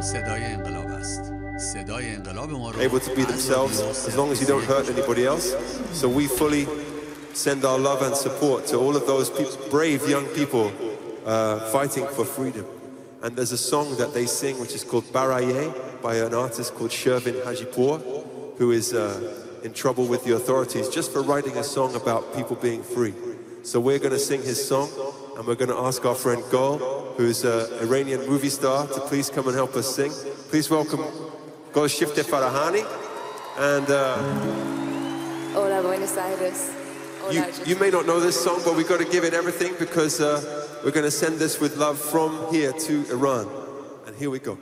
صدای انقلاب است. صدای انقلاب ما رو able to be themselves as long as you don't hurt anybody else. So we fully send our love and support to all of those brave young people fighting for freedom. And there's a song that they sing which is called Baraye by an artist called Shervin Hajipour, who is in trouble with the authorities just for writing a song about people being free. So we're going to sing his song, and we're going to ask our friend Gol, who's an Iranian movie star, to please come and help us sing. Please welcome Gol Shifte Farahani. And Hola, Buenos Aires. you may not know this song, but we've got to give it everything because we're going to send this with love from here to Iran. And here we go.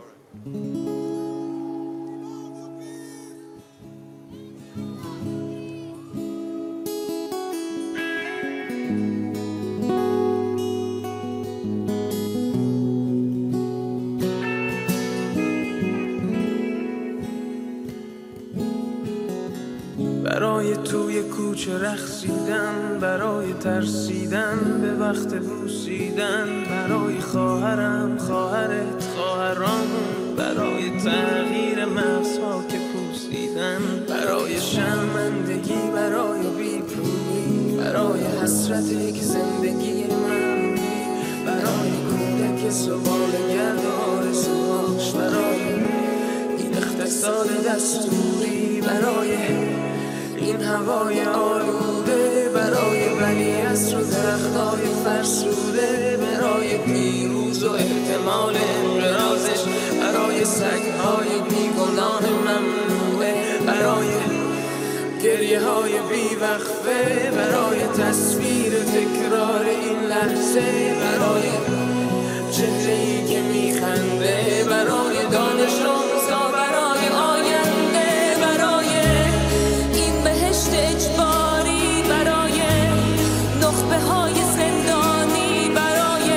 برای توی کوچه رقصیدن، برای ترسیدن به وقت بوسیدن، برای خواهرم، خواهرت، خواهرامون، برای تغییر مغزها که پوسیدن، برای شرمندگی، برای بی‌پولی، برای حسرت یک زندگی معمولی، برای کودک سوالگر و آرزوهاش، برای این اقتصاد دستوری، برای این هوای آلوده، برای ولیعصر و درختای فرسوده، برای پیروز و احتمال انقراضش، برای سگهای بیگناه ممنوعه، برای گریه های بیوقفه، برای تصویر تکرار این لحظه، برای چهره‌ای که میخنده، برای دانش آموزا، برای آینده، برای این بهشت اجباری، برای نخبه های زندانی، برای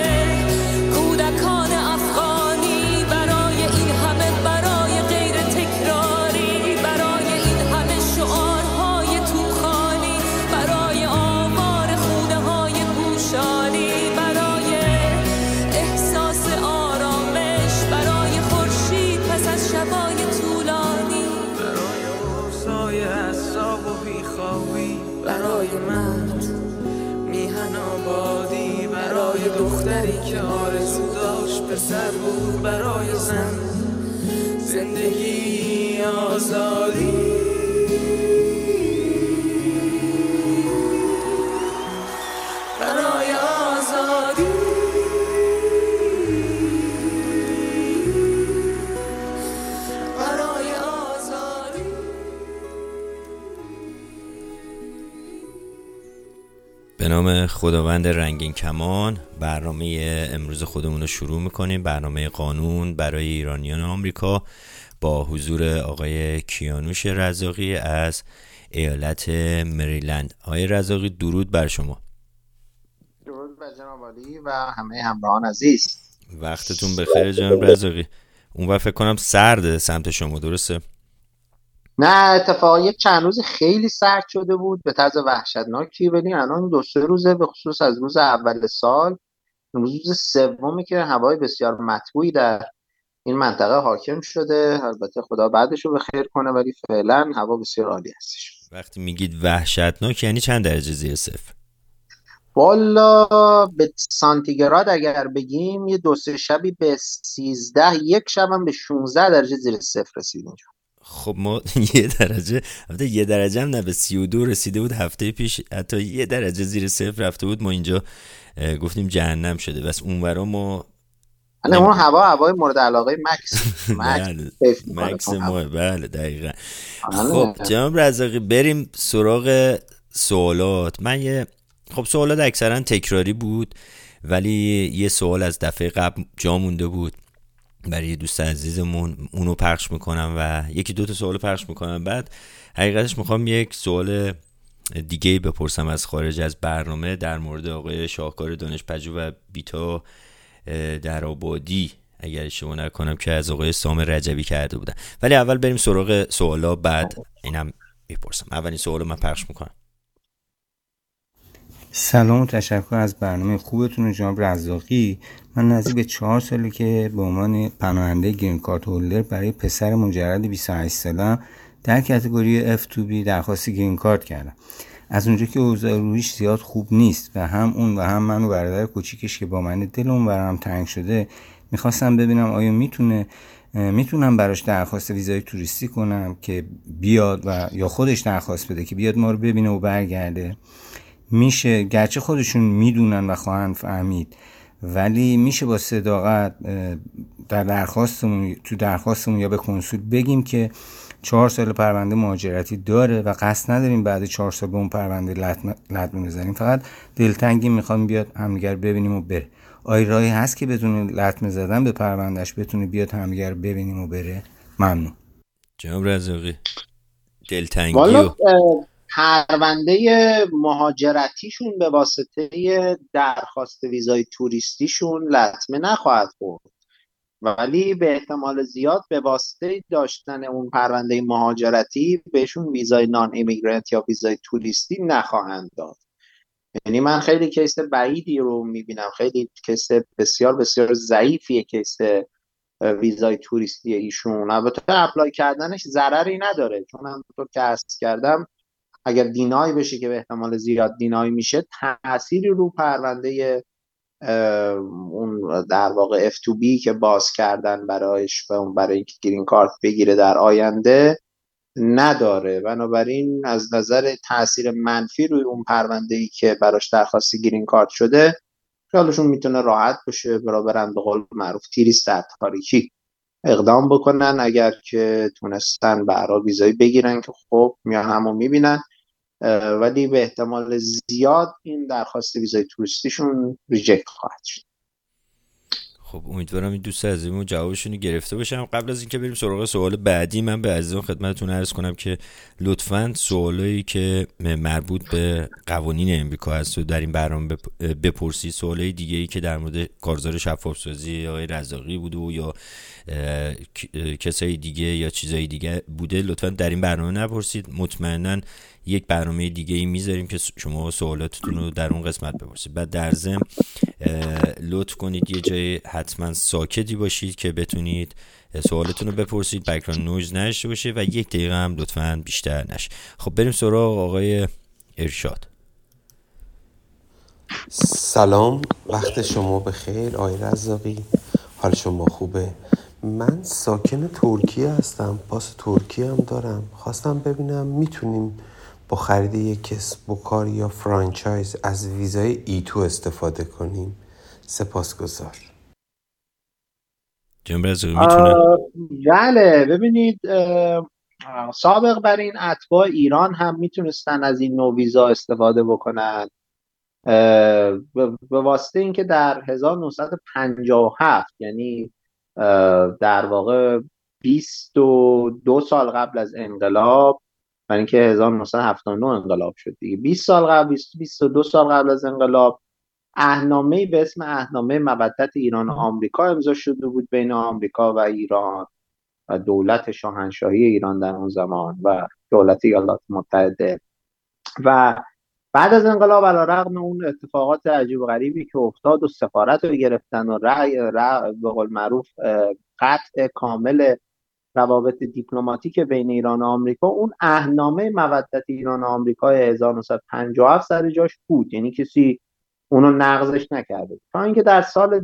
کودکان افغانی، برای این همه برای غیر تکراری، برای این همه شعارهای توخالی، برای آوار خونه های گوشانی، برای احساس آرامش، برای خورشید پس از شبای طولانی، برای اوضاع اعصاب و بیخوابی، برای مرد میهن آبادی، برای دختری که آرزو داشت پسر بود، برای زن زندگی آزادی. برای آزادی، برای آزادی. به نام خداوند رنگین کمان، برنامه امروز خودمون رو شروع میکنیم. برنامه قانون برای ایرانیان آمریکا با حضور آقای کیانوش رزاقی از ایالت مریلند. آقای رزاقی درود بر شما. درود بر جناب عالی و همه همراهان عزیز. وقتتون بخیر جناب رزاقی. اون فکر کنم سرده سمت شما، درسته؟ نه اتفاقا یک چند روز خیلی سرد شده بود به طرز وحشتناکی، ولی الان 2-3 روزه به خصوص از روز اول سال، روز سومی که هوای بسیار مطبوعی در این منطقه حاکم شده. البته خدا بعدش رو به خیر کنه، ولی فعلا هوا بسیار عالی هستش. وقتی میگید وحشتناک یعنی چند درجه زیر صفر؟ والا به سانتیگراد اگر بگیم یه 2-3 شبی به 13، یک شبم به 16 درجه زیر صفر رسید اینجا. خب ما یه درجه هم نه، به 32 رسیده بود هفته پیش، حتی 1 درجه زیر صفر رفته بود. ما اینجا گفتیم جهنم شده. بس اونورا ما اون هوای مورد علاقه مکس ما. بله دقیقا. خب جناب رزاقی بریم سراغ سوالات. من خب سوالات اکثرا تکراری بود، ولی یه سوال از دفعه قبل جا مونده بود برای یه دوست عزیزمون، اونو پخش میکنم و 1-2 تا سوال پخش میکنم. بعد حقیقتش میخوام یک سوال دیگه بپرسم از خارج از برنامه در مورد آقای شاهکار دانشپژوه و بیتا در آبادی، اگر اشتباه نکنم، که از آقای سام رجبی کرده بودن. ولی اول بریم سراغ سوالا، بعد اینم بپرسم. اولین سوالو من پخش میکنم. سلام و تشکر از برنامه خوبتون جناب رزاقی. من نزدیک به 4 ساله که به عنوان پناهنده گرین کارت هولدر برای پسر مجرد 28 سالم در کاتگوری F2B درخواست گرین کارت کردم. از اونجا که اوضاع رویش زیاد خوب نیست و هم اون و هم من و برادر کوچیکش که با من دلمون برام تنگ شده، میخواستم ببینم آیا میتونم براش درخواست ویزای توریستی کنم که بیاد و یا خودش درخواست بده که بیاد ما رو ببینه و برگرده. میشه، گرچه خودشون میدونن و خواهند فهمید، ولی میشه با صداقت در درخواستمون یا به کنسول بگیم که 4 سال پرونده مهاجرتی داره و قصد نداریم بعد 4 سال به اون پرونده لطمه بزنیم، فقط دلتنگی میخوام بیاد همدیگر ببینیم و بره. آیا راهی هست که بتونه لطمه زدن به پروندهش بتونه بیاد همدیگر ببینیم و بره؟ ممنون. جناب رزاقی، دلتنگی والا پرونده مهاجرتیشون به واسطه درخواست ویزای توریستیشون لطمه نخواهد خورد، ولی به احتمال زیاد به واسطه داشتن اون پرونده مهاجرتی بهشون ویزای نان ایمیگرنت یا ویزای توریستی نخواهند داد. یعنی من خیلی کیس بعیدی رو میبینم، خیلی کیس بسیار بسیار ضعیفیه کیس ویزای توریستی ایشون. البته اپلای کردنش ضرری نداره، چون همونطور که عرض کردم اگر دینای بشه که به احتمال زیاد دینای میشه، تأثیری رو پرونده اون در واقع F2B که باز کردن برایش برای اینکه گرین کارت بگیره در آینده نداره. بنابراین از نظر تأثیر منفی روی اون پرونده‌ای که براش درخواست گرین کارت شده خیالشون میتونه راحت باشه، برن به قول معروف تیریست در تاریکی اقدام بکنن. اگر که تونستن به هر حال ویزایی بگیرن که خب میان همو میبینن، ولی به احتمال زیاد این درخواست ویزای توریستیشون ریجکت خواهد شد. خب امیدوارم این دوست عزیزمون جوابشون رو گرفته باشم. قبل از اینکه بریم سراغ سوال بعدی، من به عزیزان خدمتتون عرض کنم که لطفاً سوالایی که مربوط به قوانین امریکا هست و در این برنامه بپرسید. سوالای دیگه‌ای که در مورد کارزار شفاف‌سازی آقای رزاقی بوده و یا کسای دیگه یا چیزای دیگه بوده لطفاً در این برنامه نپرسید. مطمئناً یک برنامه دیگه ای میذاریم که شما سوالاتتون رو در اون قسمت بپرسید. بعد در ضمن لطف کنید یه جای حتما ساکتی باشید که بتونید سوالتون رو بپرسید، بک‌گراند نویز نشه باشه و 1 دقیقه هم لطفاً بیشتر نشه. خب بریم سراغ آقای ارشاد. سلام، وقت شما بخیر آقای رزاقی، حال شما خوبه؟ من ساکن ترکیه هستم، پاس ترکیه هم دارم. خواستم ببینم میتونیم با خرید یک کسب و کار یا فرانچایز از ویزای E2 استفاده کنیم؟ سپاسگزار. جناب رزاقی میتونه؟ بله، ببینید سابق بر این اتباع ایران هم میتونستن از این نوع ویزا استفاده بکنن به واسطه اینکه در 1957 یعنی در واقع 22 سال قبل از انقلاب، برای اینکه 1979 انقلاب شد دیگه، 20 سال قبل 22 سال قبل از انقلاب عهدنامه‌ای به اسم عهدنامه مودت ایران و آمریکا امضا شده بود بین آمریکا و ایران و دولت شاهنشاهی ایران در اون زمان و دولت ایالات متحده. و بعد از انقلاب علیرغم اون اتفاقات عجیب و غریبی که افتاد و سفارت رو گرفتن و به قول معروف قطع کامل روابط دیپلماتیک بین ایران و آمریکا، اون عهدنامه مودت ایران و آمریکا 1957 سر جاش بود، یعنی کسی اونو نقضش نکرده. تا اینکه در سال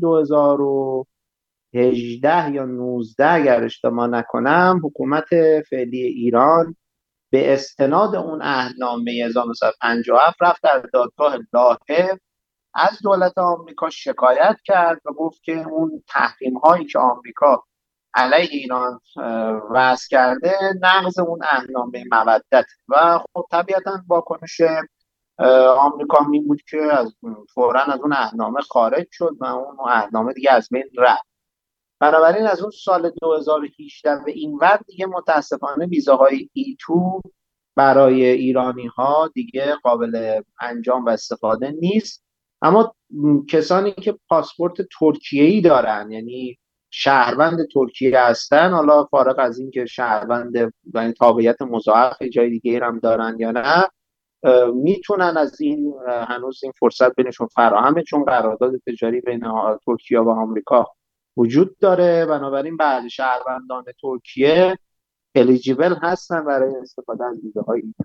2018 یا 19 اگر اشتباه نکنم حکومت فعلی ایران به استناد اون عهدنامه 1957 رفت در دادگاه لاهه از دولت آمریکا شکایت کرد و گفت که اون تحریم هایی که آمریکا علیه ایران وضع کرده نقض اون عهدنامه مودت. و خب طبیعتا واکنش آمریکا می بود که فوراً از اون عهدنامه خارج شد و اون عهدنامه دیگه از بین رفت. بنابراین از اون سال 2018 به این ور دیگه متاسفانه ویزاهای E2 برای ایرانی ها دیگه قابل انجام و استفاده نیست. اما کسانی که پاسپورت ترکیه‌ای دارن، یعنی شهروند ترکیه هستن، حالا فارغ از این که شهروند و این تابعیت مضاعف جای دیگه هم دارن یا نه، میتونن از این هنوز این فرصت بینشون فراهمه، چون قرارداد تجاری بین ترکیه و آمریکا وجود داره. بنابراین بعد شهروندان ترکیه الیجیبل هستن برای استفاده از ویزه های این.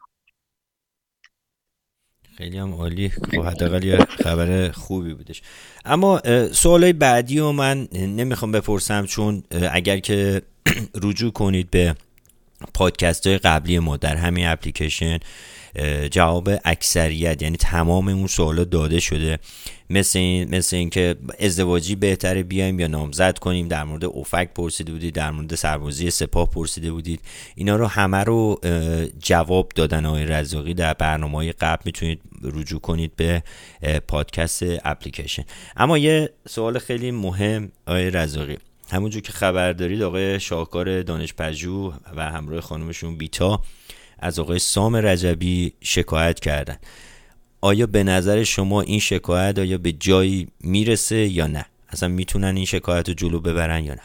خیلی هم عالی. خب حداقل یه خبر خوبی بودش. اما سوالای بعدی رو من نمیخوام بپرسم، چون اگر که رجوع کنید به پادکست های قبلی ما در همین اپلیکیشن، جواب اکثریت یعنی تمام اون سوالا داده شده. مثل این که ازدواجی بهتره بیایم یا نامزد کنیم، در مورد اوفک پرسیده بودید، در مورد سربازی سپاه پرسیده بودید. اینا رو همه رو جواب دادن آقای رزاقی در برنامه‌های قبل. میتونید رجوع کنید به پادکست اپلیکیشن. اما یه سوال خیلی مهم آقای رزاقی، همونجور که خبر دارید آقای شاهکار دانشپژوه و همراه خانمشون بیتا از آقای سام رجبی شکایت کردن. آیا به نظر شما این شکایت آیا به جایی میرسه یا نه؟ اصلا میتونن این شکایت رو جلو ببرن یا نه؟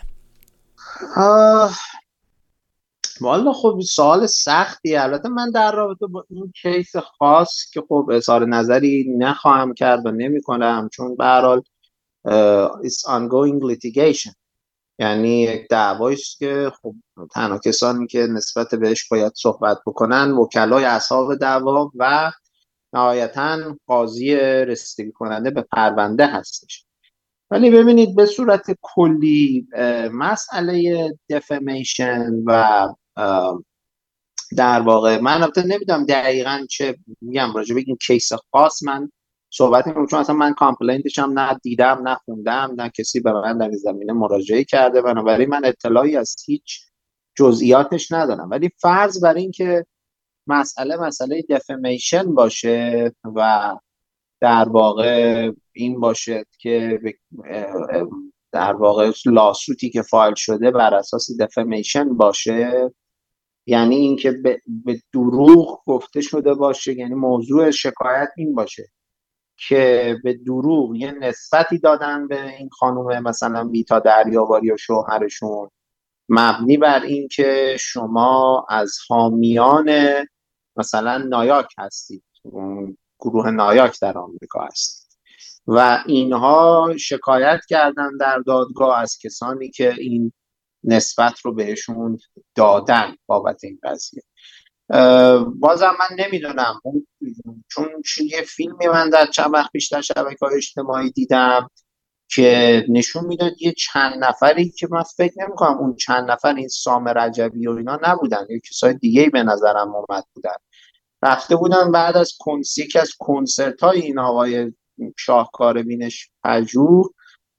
والا خب سوال سختی. البته من در رابطه با این کیس خاص که خب اظهار نظری نخواهم کرد و نمی کنم، چون به هر حال it's ongoing litigation، یعنی یک دعوایی است که خب تنها کسانی که نسبت بهش باید صحبت بکنن وکلای اصحاب دعوا و نهایتاً قاضی رسیدگی کننده به پرونده هستش. ولی ببینید به صورت کلی مسئله دفمیشن و در واقع من البته نمیدونم دقیقاً چه میگم راجع به این کیس خاص من صحبت نمی‌کنم، چون اصلا من کامپلینتش هم نه دیدم نه خوندم، نه کسی به من در این زمینه مراجعه کرده، بنابراین من اطلاعی از هیچ جزئیاتش ندارم. ولی فرض بر این که مسئله دفمیشن باشه و در واقع این باشه که در واقع لاسوتی که فایل شده بر اساس دفمیشن باشه، یعنی اینکه به دروغ گفته شده باشه، یعنی موضوع شکایت این باشه که به دروغ یه نسبتی دادن به این خانم مثلا بیتا دریاباری و شوهرشون، مبنی بر این که شما از حامیان مثلا نایاک هستید، گروه نایاک در آمریکا هستید و اینها شکایت کردن در دادگاه از کسانی که این نسبت رو بهشون دادن بابت این قضیه. بازم من نمیدونم، چون یه فیلمی من در چند وقت پیش در شبکه‌های اجتماعی دیدم که نشون میداد یه چند نفری که من فکر نمی‌کنم اون چند نفر این سام رجبی و اینا نبودن، یه کسای دیگه‌ای به نظرم اومد بودن، رفته بودن بعد از یکی از کنسرت‌های این آقای شاهکار بینش پژوه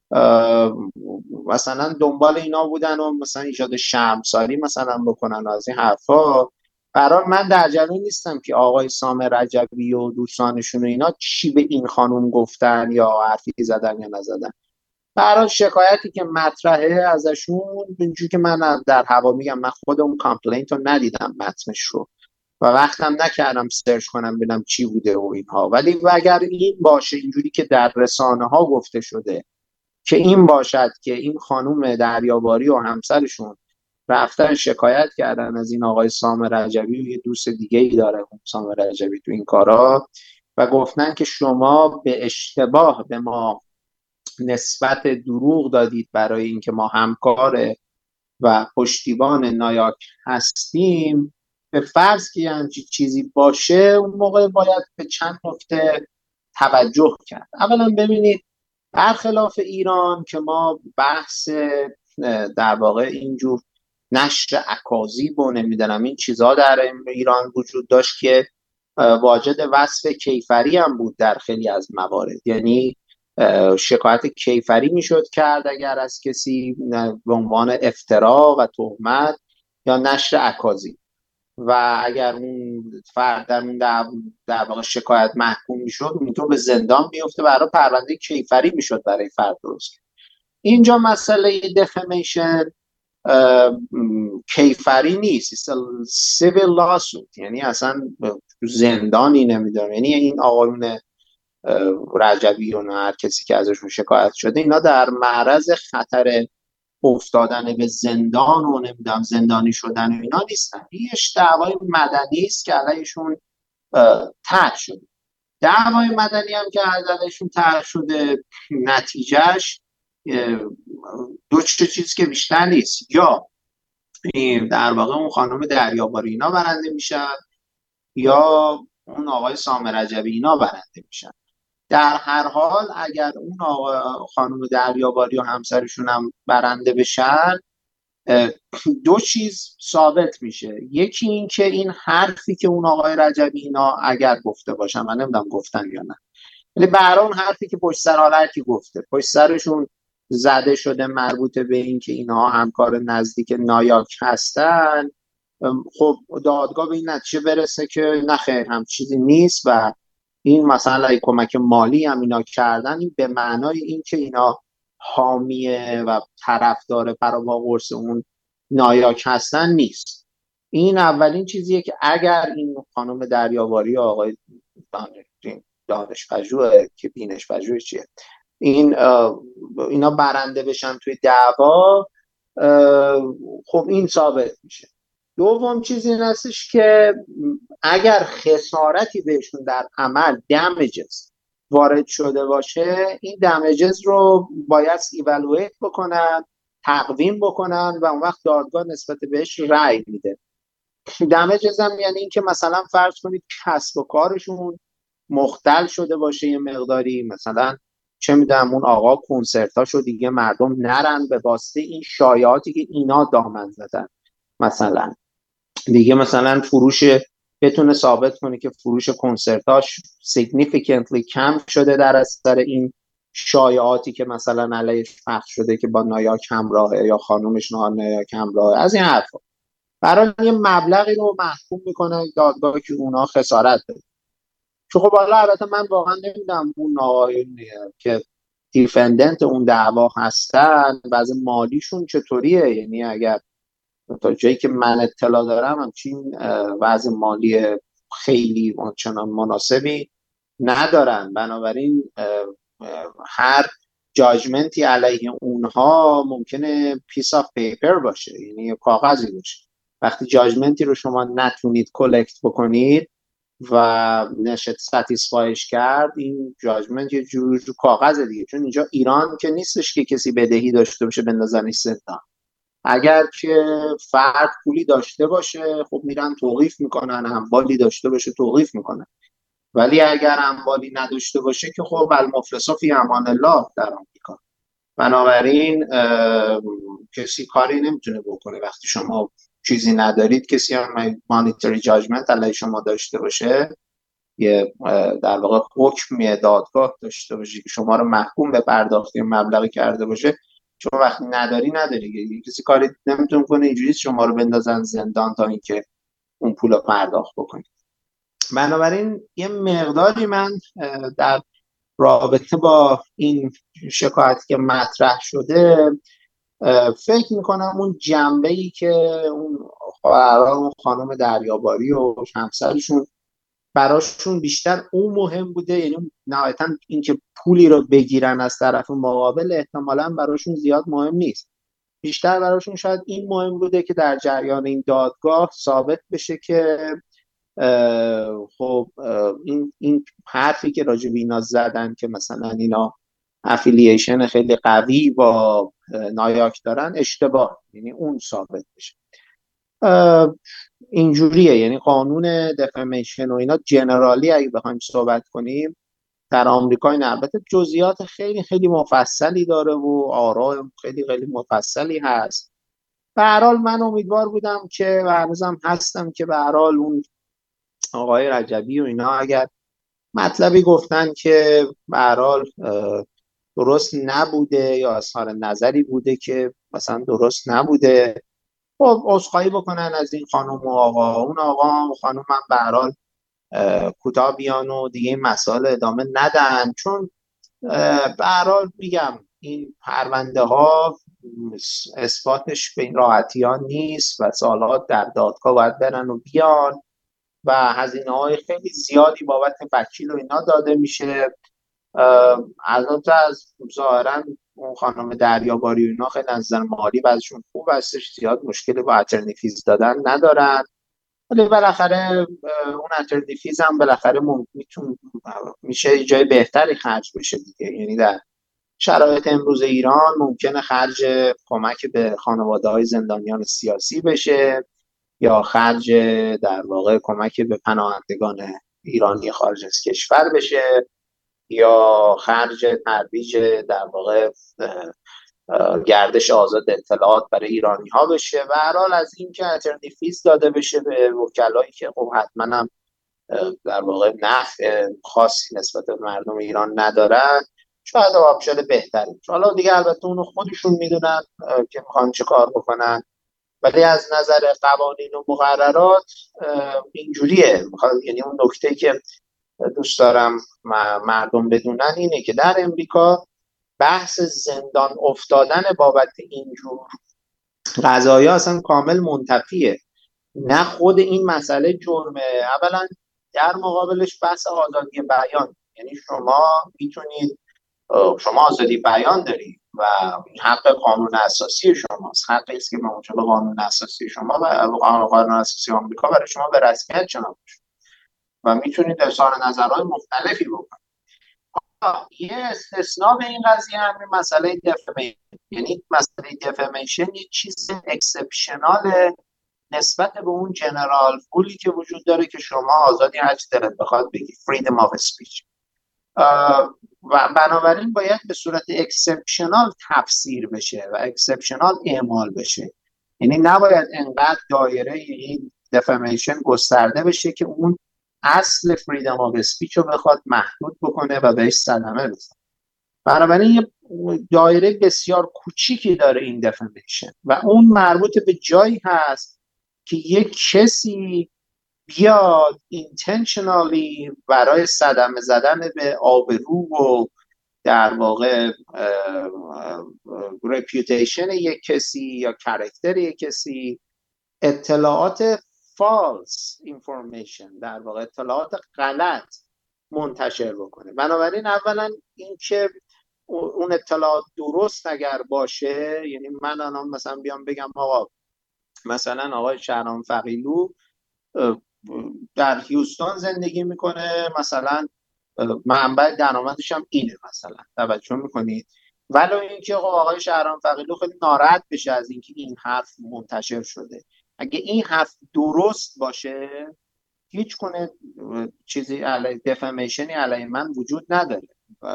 مثلا دنبال اینا بودن و مثلا ایجاد شرمساری مثلا بکنن از این حرفا. قرار من در جریان نیستم که آقای سام رجبی و دوستانشون و اینا چی به این خانم گفتن یا حرفی زدن یا نزدن. برای شکایتی که مطرحه ازشون، اینجوری که من در هوا میگم، من خود اون کامپلینت رو ندیدم متنش رو و وقتم نکردم سرچ کنم ببینم چی بوده و اینها، ولی اگر این باشه اینجوری که در رسانه ها گفته شده که این باشد که این خانم دریاباری و همسرشون رفتن شکایت کردن از این آقای سام رجبی و یه دوست دیگه ای داره سام رجبی تو این کارا و گفتن که شما به اشتباه به ما نسبت دروغ دادید برای اینکه ما همکار و پشتیبان نایاک هستیم، به فرض که همچین چیزی باشه اون موقع باید به چند نکته توجه کرد. اولا ببینید برخلاف ایران که ما بحث در واقع اینجور نشر اکاذیب و نمیدونم این چیزها در ایران وجود داشت که واجد وصف کیفری هم بود در خیلی از موارد، یعنی شکایت کیفری میشد کرد اگر از کسی به عنوان افترا و تهمت یا نشر اکاذیب، و اگر اون فرد در اون در واقع شکایت محکوم میشد اونطور به زندان میفته، برای پرونده کیفری میشد برای فرد درست. اینجا مسئله دفمیشن کیفری نیست، سیویل لاسوت، یعنی اصلا زندانی نمیدونم، یعنی این آقایون رجبی و هر کسی که ازشون شکایت شده اینا در معرض خطر افتادن به زندان و نمیدونم زندانی شدن و اینا نیستن. یه دعوای مدنی است که علیشون طرح شده. دعوای مدنی هم که ازشون طرح شده، نتیجهش دو چیز که بیشتر نیست، یا در واقع اون خانم دریاباری اینا برنده میشن یا اون آقای سام رجبی اینا برنده میشن. در هر حال اگر اون خانم دریاباری و همسرشون هم برنده بشن، دو چیز ثابت میشه. یکی این که این حرفی که اون آقای رجبی اینا اگر گفته باشن، من نمیدونم گفتن یا نه، ولی برای اون حرفی که پشت سر حالتی گفته، پشت سرشون زده شده مربوط به این که اینها همکار نزدیک نایاک هستن، خب دادگاه به این نتیجه برسه که نه خیر، هم چیزی نیست و این مثلا کمک مالی هم اینا کردن، این به معنای این که اینا حامیه و طرفدار فراوا قرص اون نایاک هستن نیست. این اولین چیزیه که اگر این خانم دریاباری یا آقای دانشپژوه که بینشپژوه چیه اینا برنده بشن توی دعوا، خب این ثابت میشه. دوم چیزی این هستش که اگر خسارتی بهشون در عمل دمیجز وارد شده باشه، این دمیجز رو باید ایوالویت بکنن، تقویم بکنن و اون وقت دادگاه نسبت بهش رأی میده. دمیجز هم یعنی این که مثلا فرض کنید کسب و کارشون مختل شده باشه یه مقداری، مثلا چه میدونم اون آقا کنسرتاشو دیگه مردم نرن به واسطه این شایعاتی که اینا دامن زدن، مثلا دیگه مثلا فروش بتونه ثابت کنه که فروش کنسرتاش significantly کم شده در اثر این شایعاتی که مثلا علیش پخش شده که با نایاک همراهه یا خانومش نایاک همراهه، از این حرفا برای یه مبلغی رو محکوم میکنه دادگاه که اونا خسارت بده. چون خب حالا البته من واقعا نمیدونم اون آقایون که دیفندنت اون دعوا هستن وضع مالیشون چطوریه، یعنی اگر تا جایی که من اطلاع دارم همچین وضع مالی خیلی چنان مناسبی ندارن، بنابراین هر جاجمنتی علیه اونها ممکنه پیس آف پیپر باشه، یعنی کاغذی باشه. وقتی جاجمنتی رو شما نتونید کلکت بکنید و نشد ساتیسفایش کرد، این جاجمنت یه جور کاغذ دیگه، چون اینجا ایران که نیستش که کسی بدهی داشته باشه بندازنش زندان. اگر که فرد پولی داشته باشه خب میرن توقیف میکنن، اموالی داشته باشه توقیف میکنن، ولی اگر اموالی نداشته باشه که خب المفلس فی امان الله در آمریکا. بنابراین کسی کاری نمیتونه بکنه وقتی شما چیزی ندارید، کسی هم مانیتری جاجمنت علیه شما داشته باشه، یه در واقع حکم دادگاه داشته باشه که شما رو محکوم به پرداخت مبلغی کرده باشه، چون وقتی نداری کسی کاری نمیتونه کنه، اینجوری شما رو بندازن زندان تا اینکه اون پول رو پرداخت بکنید. بنابراین یه مقداری من در رابطه با این شکایتی که مطرح شده فکر میکنم اون جنبه‌ای که اون خانم دریاباری و همسرشون براشون بیشتر اون مهم بوده، یعنی نهایتاً این که پولی رو بگیرن از طرف مقابل احتمالاً براشون زیاد مهم نیست، بیشتر براشون شاید این مهم بوده که در جریان این دادگاه ثابت بشه که خب این حرفی که راجع به اینا زدن که مثلا اینا افیلیشن خیلی قوی با نایاک دارن اشتباه، یعنی اون ثابت بشه. اینجوریه، یعنی قانون دفامیشن و اینا جنرالی اگه بخوایم صحبت کنیم در آمریکا این البته جزئیات خیلی خیلی مفصلی داره و آراء خیلی خیلی مفصلی هست. به هر حال من امیدوار بودم که و هنوزم هستم که به هر حال اون آقای رجبی و اینا اگر مطلبی گفتن که به هر حال درست نبوده یا اظهار نظری بوده که مثلا درست نبوده، خب عذرخواهی بکنن از این خانم و آقا. اون آقا و خانم هم به هر حال کوتاه بیان و دیگه این مسائل ادامه ندن، چون به هر حال میگم این پرونده ها اثباتش به این راحتی ها نیست و سالات در دادگاه باید برن و بیان و هزینه های خیلی زیادی بابت وکیل و اینا داده میشه. البته از ظاهرا اون خانم دریاباری و اینا خیلی از نظر مالی بعضشون خوب هستش، زیاد مشکلی با اترنی فیز دادن ندارن، ولی بالاخره اون الترناتیوز هم بالاخره میشه جای بهتری خرج بشه دیگه. یعنی در شرایط امروز ایران ممکنه خرج کمک به خانواده‌های زندانیان سیاسی بشه، یا خرج در واقع کمک به پناهندگان ایرانی خارج از کشور بشه، یا خرج ترویج در واقع گردش آزاد اطلاعات برای ایرانی ها بشه. و هر حال از این که اترنی فیز داده بشه به وکلایی که خب حتما هم در واقع نفع خاصی نسبت به مردم ایران ندارن، شاید آپشن بهتری. حالا دیگه البته اونو خودشون میدونن که میخوان چه کار بکنن، ولی از نظر قوانین و مقررات اینجوریه. یعنی اون نکته که دوست دارم مردم بدونن اینه که در امریکا بحث زندان افتادن بابت اینجور قضایا اصلا کامل منتفیه. نه خود این مسئله جرمه، اولا در مقابلش بحث آزادی بیان. یعنی شما آزادی بیان دارید و این حق قانون اساسی شماست، حقی است که موجب قانون اساسی شما و قانون اساسی آمریکا برای شما به رسمیت شناخته شده و میتونید اظهار نظرهای مختلفی بکنید. یه استثناء به این قضیه همین مسئله دفمیشن. یعنی مسئله دفمیشن یه چیز اکسپشنال نسبت به اون جنرال فولی که وجود داره که شما آزادی هر چی دلت بخواد بگی، freedom of speech، و بنابراین باید به صورت اکسپشنال تفسیر بشه و اکسپشنال اعمال بشه. یعنی نباید انقدر دایره این دفمیشن گسترده بشه که اون اصل فریدم آف اسپیچ رو بخواد محدود بکنه و بهش صدمه بزنه. بنابراین یه دایره بسیار کوچیکی داره این دفمیشن و اون مربوط به جایی هست که یک کسی بیاد اینتنشنالی برای صدمه زدن به آبرو و در واقع رپیوتیشن یک کسی یا کاراکتر یک کسی اطلاعات فالس اینفورمیشن، در واقع اطلاعات غلط منتشر بکنه. بنابراین اولا این که اون اطلاعات درست اگر باشه، یعنی من الان مثلا بیام بگم آقا مثلا آقای شهرام فقیلو در هیوستون زندگی میکنه، مثلا منبع درآمدش هم اینه، مثلا توجه میکنید، ولو اینکه آقای شهرام فقیلو خیلی ناراحت بشه از اینکه این حرف منتشر شده. اگه این حرف درست باشه هیچ کنه چیزی علیه دفمیشنی علیه من وجود نداره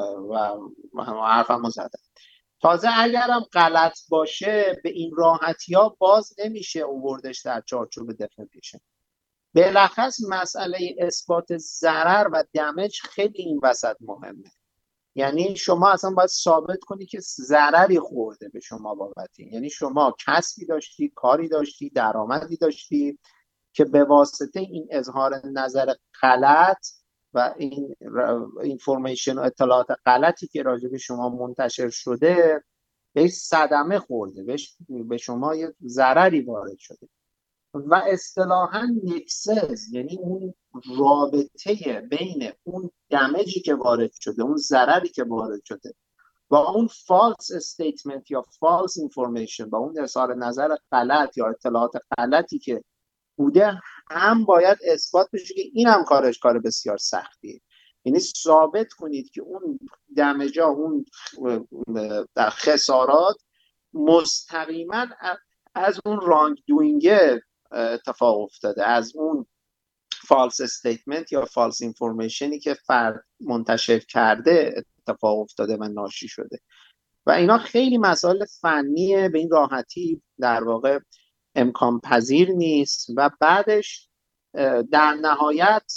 و حرفمو زدم. تازه اگرم غلط باشه به این راحتی ها باز نمیشه آوردش در چارچوب دفمیشن. بالاخص مسئله اثبات ضرر و دمج خیلی این وسط مهمه. یعنی شما اصلا باید ثابت کنی که ضرری خورده به شما بابت این. یعنی شما کسبی داشتی، کاری داشتی، درآمدی داشتی که به واسطه این اظهار نظر غلط و این اینفورمیشن و اطلاعات غلطی که راجع به شما منتشر شده بهش صدمه خورده، به شما یه ضرری وارد شده. و اصطلاحاً نکسس، یعنی اون رابطه بین اون دمجی که وارد شده، اون ضرری که وارد شده و اون فالس استیتمنت یا فالس اینفورمیشن، با اون اظهار نظر غلط یا اطلاعات غلطی که بوده، هم باید اثبات بشه که این هم کار بسیار سختیه. یعنی ثابت کنید که اون دمجا، اون در خسارات مستقیما از اون رانگ دوینگ اتفاق افتاده، از اون فالس استیتمنت یا فالس اینفورمیشنی که فرد منتشر کرده اتفاق افتاده و ناشی شده. و اینا خیلی مسائل فنیه، به این راحتی در واقع امکان پذیر نیست. و بعدش در نهایت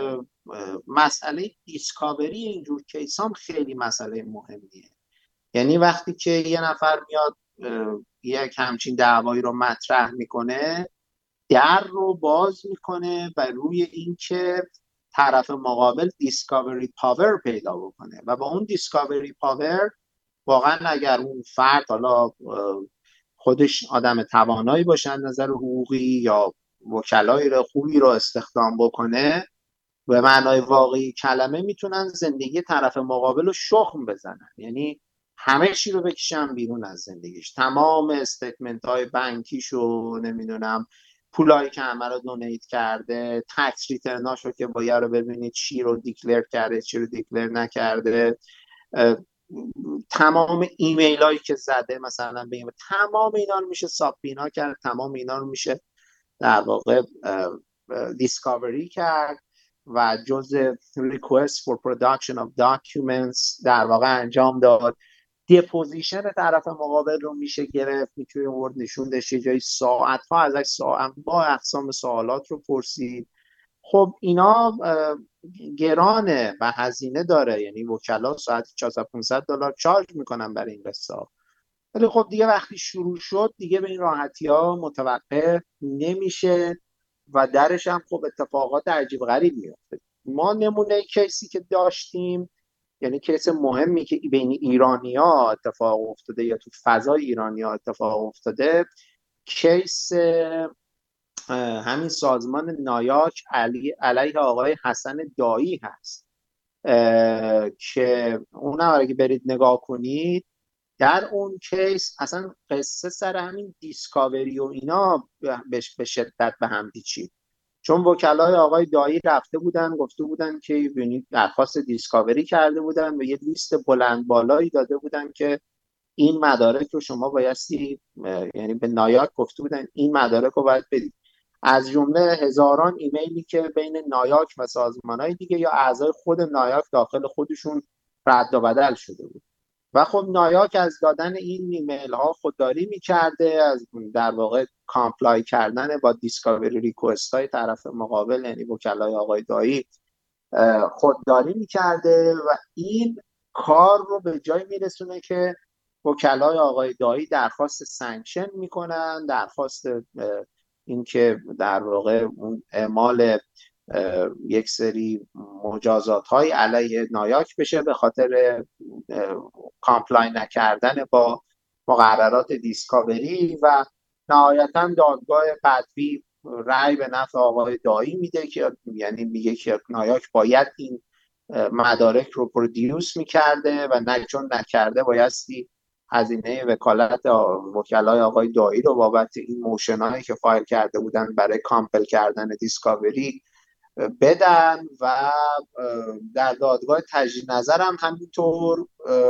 مسئله دیسکاوری اینجور کیس هم خیلی مسئله مهمیه. یعنی وقتی که یه نفر میاد یک همچین دعوایی رو مطرح میکنه، در رو باز میکنه و روی اینکه طرف مقابل دیسکاوری پاور پیدا بکنه و با اون دیسکاوری پاور واقعا اگر اون فرد حالا خودش آدم توانایی باشه از نظر حقوقی یا وکلای خوبی رو استخدام بکنه، به معنای واقعی کلمه میتونن زندگی طرف مقابل رو شخم بزنن. یعنی همه چی رو بکشن بیرون از زندگیش، تمام استیتمنت های بانکیشو، نمیدونم پولایی که همه رو دونیت کرده، تکس ریترناشو که باید رو ببینید چی رو دیکلر کرده چی رو دیکلر نکرده، تمام ایمیل هایی که زده مثلا به تمام اینا رو میشه ساب بینا کرد، تمام اینا رو میشه در واقع دیسکاوری کرد و جزء request for production of documents در واقع انجام داد. دیپوزیشن طرف مقابل رو میشه گرفت، میتونه ورد نشوندش یه جایی ساعت ها ازش ساعت با اقسام سوالات رو پرسید. خب اینا گرانه و هزینه داره، یعنی وکلا ساعت $400-500 چارج میکنن برای این قصه. ولی خب دیگه وقتی شروع شد دیگه به این راحتی ها متوقف نمیشه و درش هم خب اتفاقات عجیب غریب میفته. ما نمونه کیسی که داشتیم، یعنی کیس مهمی که بین ایرانی‌ها اتفاق افتاده یا تو فضای ایرانی‌ها اتفاق افتاده، کیس همین سازمان نایاک علیه آقای حسن دایی هست که اونم اگه برید نگاه کنید در اون کیس اصلا قصه سر همین دیسکاوری و اینا به شدت به هم پیچید، چون وکلای آقای دایی رفته بودن گفته بودن که درخواست دیسکاوری کرده بودن و یه لیست بلند بالایی داده بودن که این مدارک رو شما بایستی، یعنی به نایاک گفته بودن این مدارک رو باید بدید، از جمله هزاران ایمیلی که بین نایاک و سازمانهای دیگه یا اعضای خود نایاک داخل خودشون رد و بدل شده بود. و خب نایاک از دادن این ایمیل ها خودداری میکرده، از در واقع کامپلای کردن با دیسکاوری ریکوست های طرف مقابل یعنی وکلای آقای دایی خودداری میکرده و این کار رو به جای میرسونه که وکلای آقای دایی درخواست سانکشن میکنن، درخواست اینکه در واقع اون اعمال یک سری مجازات های علیه نایاک بشه به خاطر کامپلای نکردن با مقررات دیسکاوری و نهایتا دادگاه بدوی رأی به نفع آقای دایی میده که یعنی میگه که نایاک باید این مدارک رو پرودیوس میکرده و چون نکرده بایستی هزینه وکالت وکلای آقای دایی رو بابت این موشنایی که فایل کرده بودن برای کامپل کردن دیسکاوری بدن و در دادگاه تجدید نظر هم همینطور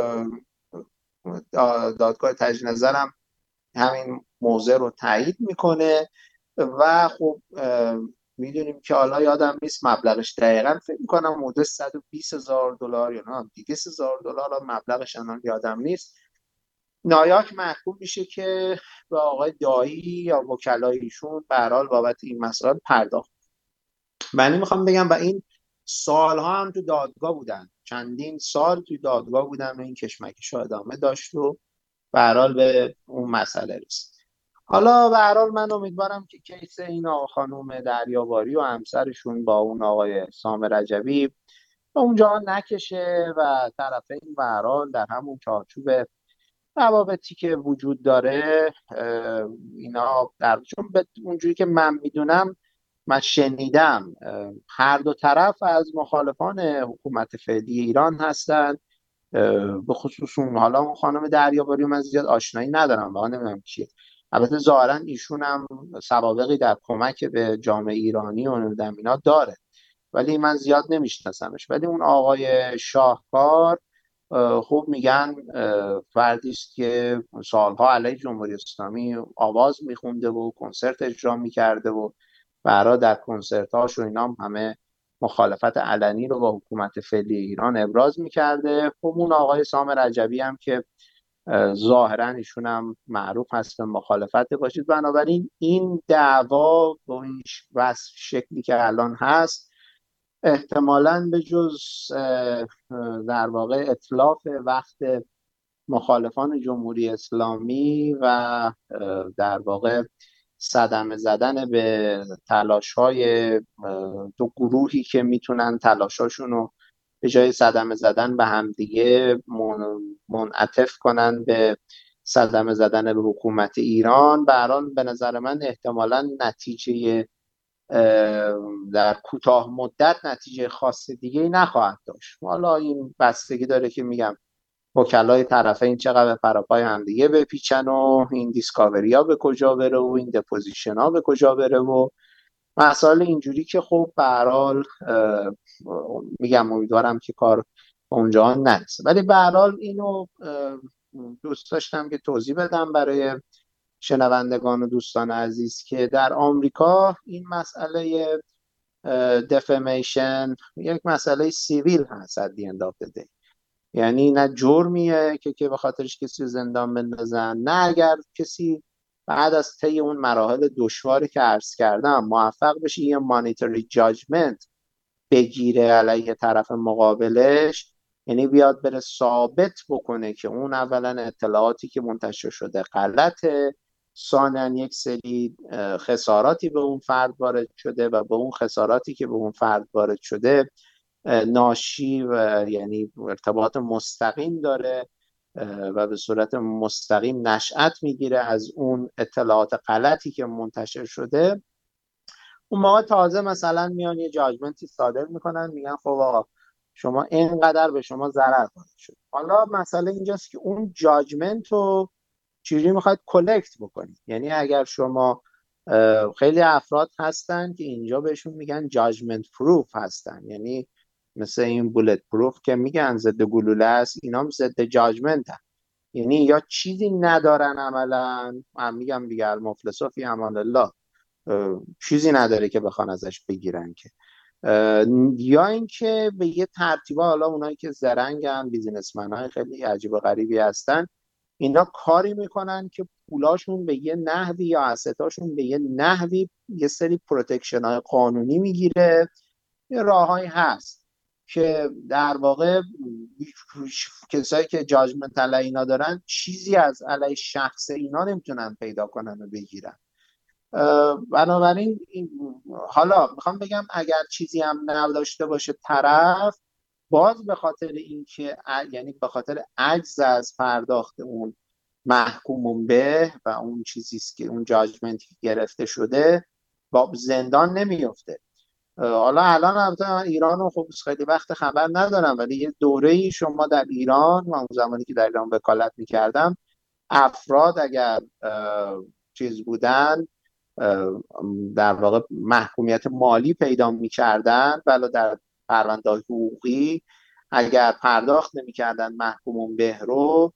دادگاه تجدید نظر هم همین موضع رو تایید میکنه و خب میدونیم که حالا یادم نیست مبلغش دقیقا، فکر میکنم حدود $120,000 یا نه $200,000 مبلغش الان یادم نیست. نایاک محکوم میشه که به آقای دایی یا وکلایشون به هر حال بابت این مسائل پرداخت. من میخوام بگم و این سالها هم تو دادگاه بودن، چندین سال تو دادگاه بودن و این کشمکش ادامه داشت و به هر حال به اون مسئله رسید. حالا به هر حال من امیدوارم که کیس این آقا خانم دریاباری و همسرشون با اون آقای سام رجبی اونجا نکشه و طرفین به هر حال در همون چارچوب روابطی که وجود داره اینا چون اونجوری که من میدونم من شنیدم هر دو طرف از مخالفان حکومت فعلی ایران هستند، به خصوص اون حالا اون خانم دریاباری من زیاد آشنایی ندارم واقعا نمیدونم کیه، البته ظاهرا ایشون هم سوابقی در کمک به جامعه ایرانی و نمیدونم اینا داره ولی من زیاد نمیشناسمش. ولی اون آقای شاهکار خوب میگن فردی است که سالها علیه جمهوری اسلامی آواز میخونده و کنسرت اجرا میکرده و برای در کنسرت هاش و اینا همه مخالفت علنی رو با حکومت فعلی ایران ابراز میکرده. خب اون آقای سام رجبی هم که ظاهرا ایشون هم معروف هست به مخالفت باشید، بنابراین این دعوا با این شکلی که الان هست احتمالاً به جز در واقع اتلاف وقت مخالفان جمهوری اسلامی و در واقع صدمه زدن به تلاش‌های دو گروهی که میتونن تلاشاشون رو به جای صدمه زدن به همدیگه منعطف کنن به صدمه زدن به حکومت ایران، بران به نظر من احتمالاً نتیجه در کوتاه مدت نتیجه خاص دیگه نخواهد داشت. حالا این بستگی داره که میگم وکلای طرفین چقدر به پراپای همدیگه بپیچن و این دیسکاوری ها به کجا بره و این دپوزیشن ها به کجا بره و مسائل اینجوری که خب به هر حال میگم امیدوارم که کار اونجا نرسه. ولی به هر حال اینو دوست داشتم که توضیح بدم برای شنوندگان و دوستان عزیز که در آمریکا این مسئله دفمیشن یک مسئله سیویل هست at the end of the day. یعنی نه جرمیه که به خاطرش کسی رو زندان بندازن، نه اگر کسی بعد از طی اون مراحل دشواری که عرض کردم موفق بشه یه مانیتری جاجمنت بگیره علیه طرف مقابلش، یعنی بیاد بره ثابت بکنه که اون اولا اطلاعاتی که منتشر شده غلطه، ثانیاً یک سری خساراتی به اون فرد وارد شده و به اون خساراتی که به اون فرد وارد شده ناشی و یعنی ارتباط مستقیم داره و به صورت مستقیم نشأت میگیره از اون اطلاعات غلطی که منتشر شده. اون موقع تازه مثلا میان یه جاجمنتی صادر میکنن، میگن خب آقا شما اینقدر به شما ضرر وارد شد. حالا مسئله اینجاست که اون جاجمنت رو چجوری میخواید کلکت بکنید. یعنی اگر شما خیلی افراد هستن که اینجا بهشون میگن جاجمنت پروف هستن، یعنی مثل این بولت پروف که میگن ضد گلوله است، اینا هم ضد جاجمنت هست. یعنی یا چیزی ندارن عملا، من میگم دیگه المفلسو فی امان الله، چیزی نداره که بخوان ازش بگیرن که، یا اینکه به یه ترتیب، حالا اونایی که زرنگن بیزینسمن های خیلی عجیب و غریبی هستن، اینا کاری میکنن که پولاشون به یه نحوی یا اسطاشون به یه نحوی یه سری پروتکشن های قانونی میگیره. یه راههایی هست که در واقع کسایی که جاجمنت علی اینا دارن چیزی از علی شخص اینا نمیتونن پیدا کنن و بگیرن. بنابراین حالا میخوام بگم اگر چیزی هم نداشته باشه طرف، باز به خاطر اینکه یعنی به خاطر عجز از پرداخت اون محکوم به و اون چیزیست که اون جاجمنتی که گرفته شده با زندان نمیفته. حالا الان البته ایران رو خب خیلی وقت خبر ندارم، ولی یه دوره‌ای شما در ایران و اون زمانی که در ایران وکالت میکردم، افراد اگر چیز بودن در واقع محکومیت مالی پیدا میکردن، ولی در پرونده حقوقی اگر پرداخت نمیکردن محکوم به رو،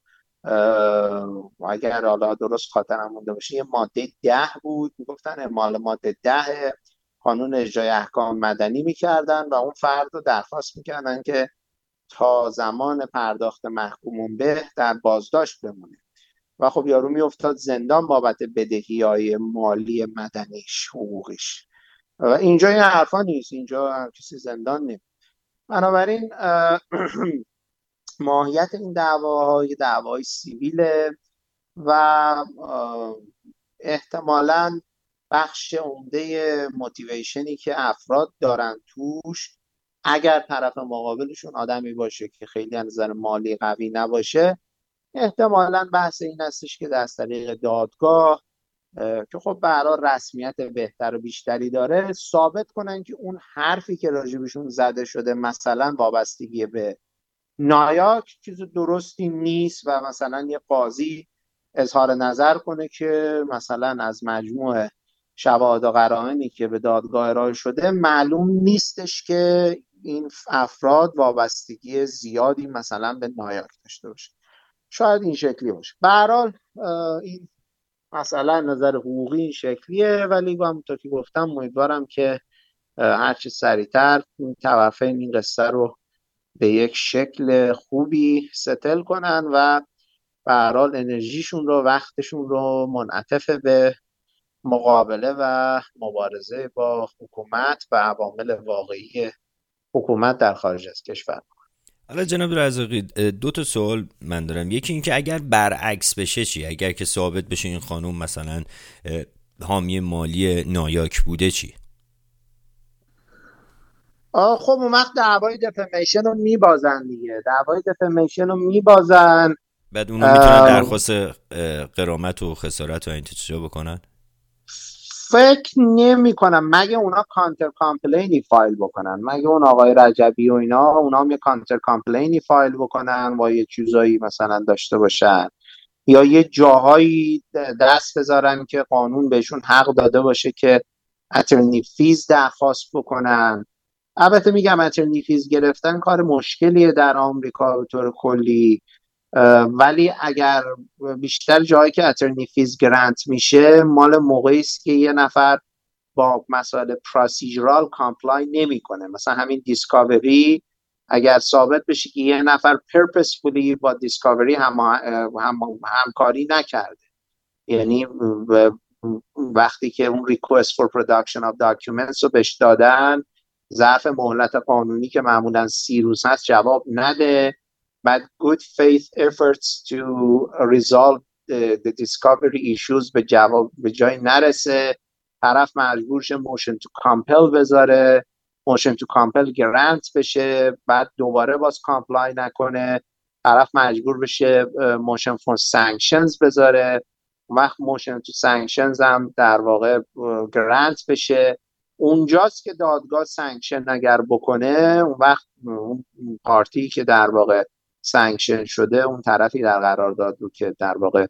اگر حالا درست خاطرم مونده باشه یه ماده 10 بود، میگفتن اعمال ماده 10 قانون اجرای احکام مدنی میکردن و اون فرد رو درخواست میکردن که تا زمان پرداخت محکوم به در بازداشت بمونه و خب یارو میافتاد زندان بابت بدهی‌های مالی مدنیش حقوقیش. و اینجا این حرفا نیست، اینجا کسی زندان نیست. بنابراین ماهیت این دعواهای دعوای سیویله و احتمالاً بخش عمده موتیویشنی که افراد دارن توش، اگر طرف مقابلشون آدمی باشه که خیلی از نظر مالی قوی نباشه، احتمالاً بحث این هستش که از طریق دادگاه که خب به هر حال رسمیت بهتر و بیشتری داره، ثابت کنن که اون حرفی که راجبشون زده شده مثلا وابستگی به نایاک چیز درستی نیست و مثلا یه قاضی اظهار نظر کنه که مثلا از مجموع شواهد و قرائنی که به دادگاه ارائه شده معلوم نیستش که این افراد وابستگی زیادی مثلا به نایاک داشته باشه. شاید این شکلی باشه. به هر حال این مثلا نظر حقوقی این شکلیه، ولی همونطور که گفتم امیدوارم که هرچی سریعتر این طرفین این قصه رو به یک شکل خوبی ستل کنن و به هر حال انرژیشون رو، وقتشون رو منعطف به مقابله و مبارزه با حکومت و عوامل واقعی حکومت در خارج از کشور. حالا جناب رزاقی 2 سوال من دارم. یکی این که اگر برعکس بشه چی؟ اگر که ثابت بشه این خانم مثلا حامی مالی نایاک بوده چی؟ خب اون وقت دعوای دفمیشن رو میبازن دیگه، دعوای دفمیشن رو میبازن، بعد اونا میتونن درخواست غرامت و خسارت و این چیزا بکنن. فکر نمی کنم، مگه اونا کانتر کامپلینی فایل بکنن، مگه اون آقای رجبی و اونا هم یه کانتر کامپلینی فایل بکنن و یه چیزایی مثلا داشته باشن یا یه جاهایی دست بذارن که قانون بهشون حق داده باشه که اترنی فیز درخواست بکنن. البته میگم اترنی فیز گرفتن کار مشکلیه در آمریکا به طور کلی، ولی اگر بیشتر جایی که اترنی فیز گرانت میشه مال موقعی است که یه نفر با مسائل پروسیجرال کامپلای نمیکنه. مثلا همین دیسکاوری اگر ثابت بشه که یه نفر پرپسفولی با دیسکاوری همکاری نکرده، یعنی وقتی که اون request for production of documents رو بهش دادن ظرف مهلت قانونی که معمولا 30 روز هست جواب نده، بعد good faith efforts to resolve the discovery issues به جای نرسه، طرف مجبور شه motion to compel بذاره، motion to compel grant بشه، بعد دوباره باز comply نکنه، طرف مجبور بشه motion for sanctions بذاره، وقت motion to sanctions هم در واقع grant بشه. اونجاست که دادگاه سانکشن اگر بکنه، اون وقت اون پارتی که در واقع سانکشن شده اون طرفی در قرارداد رو که در واقع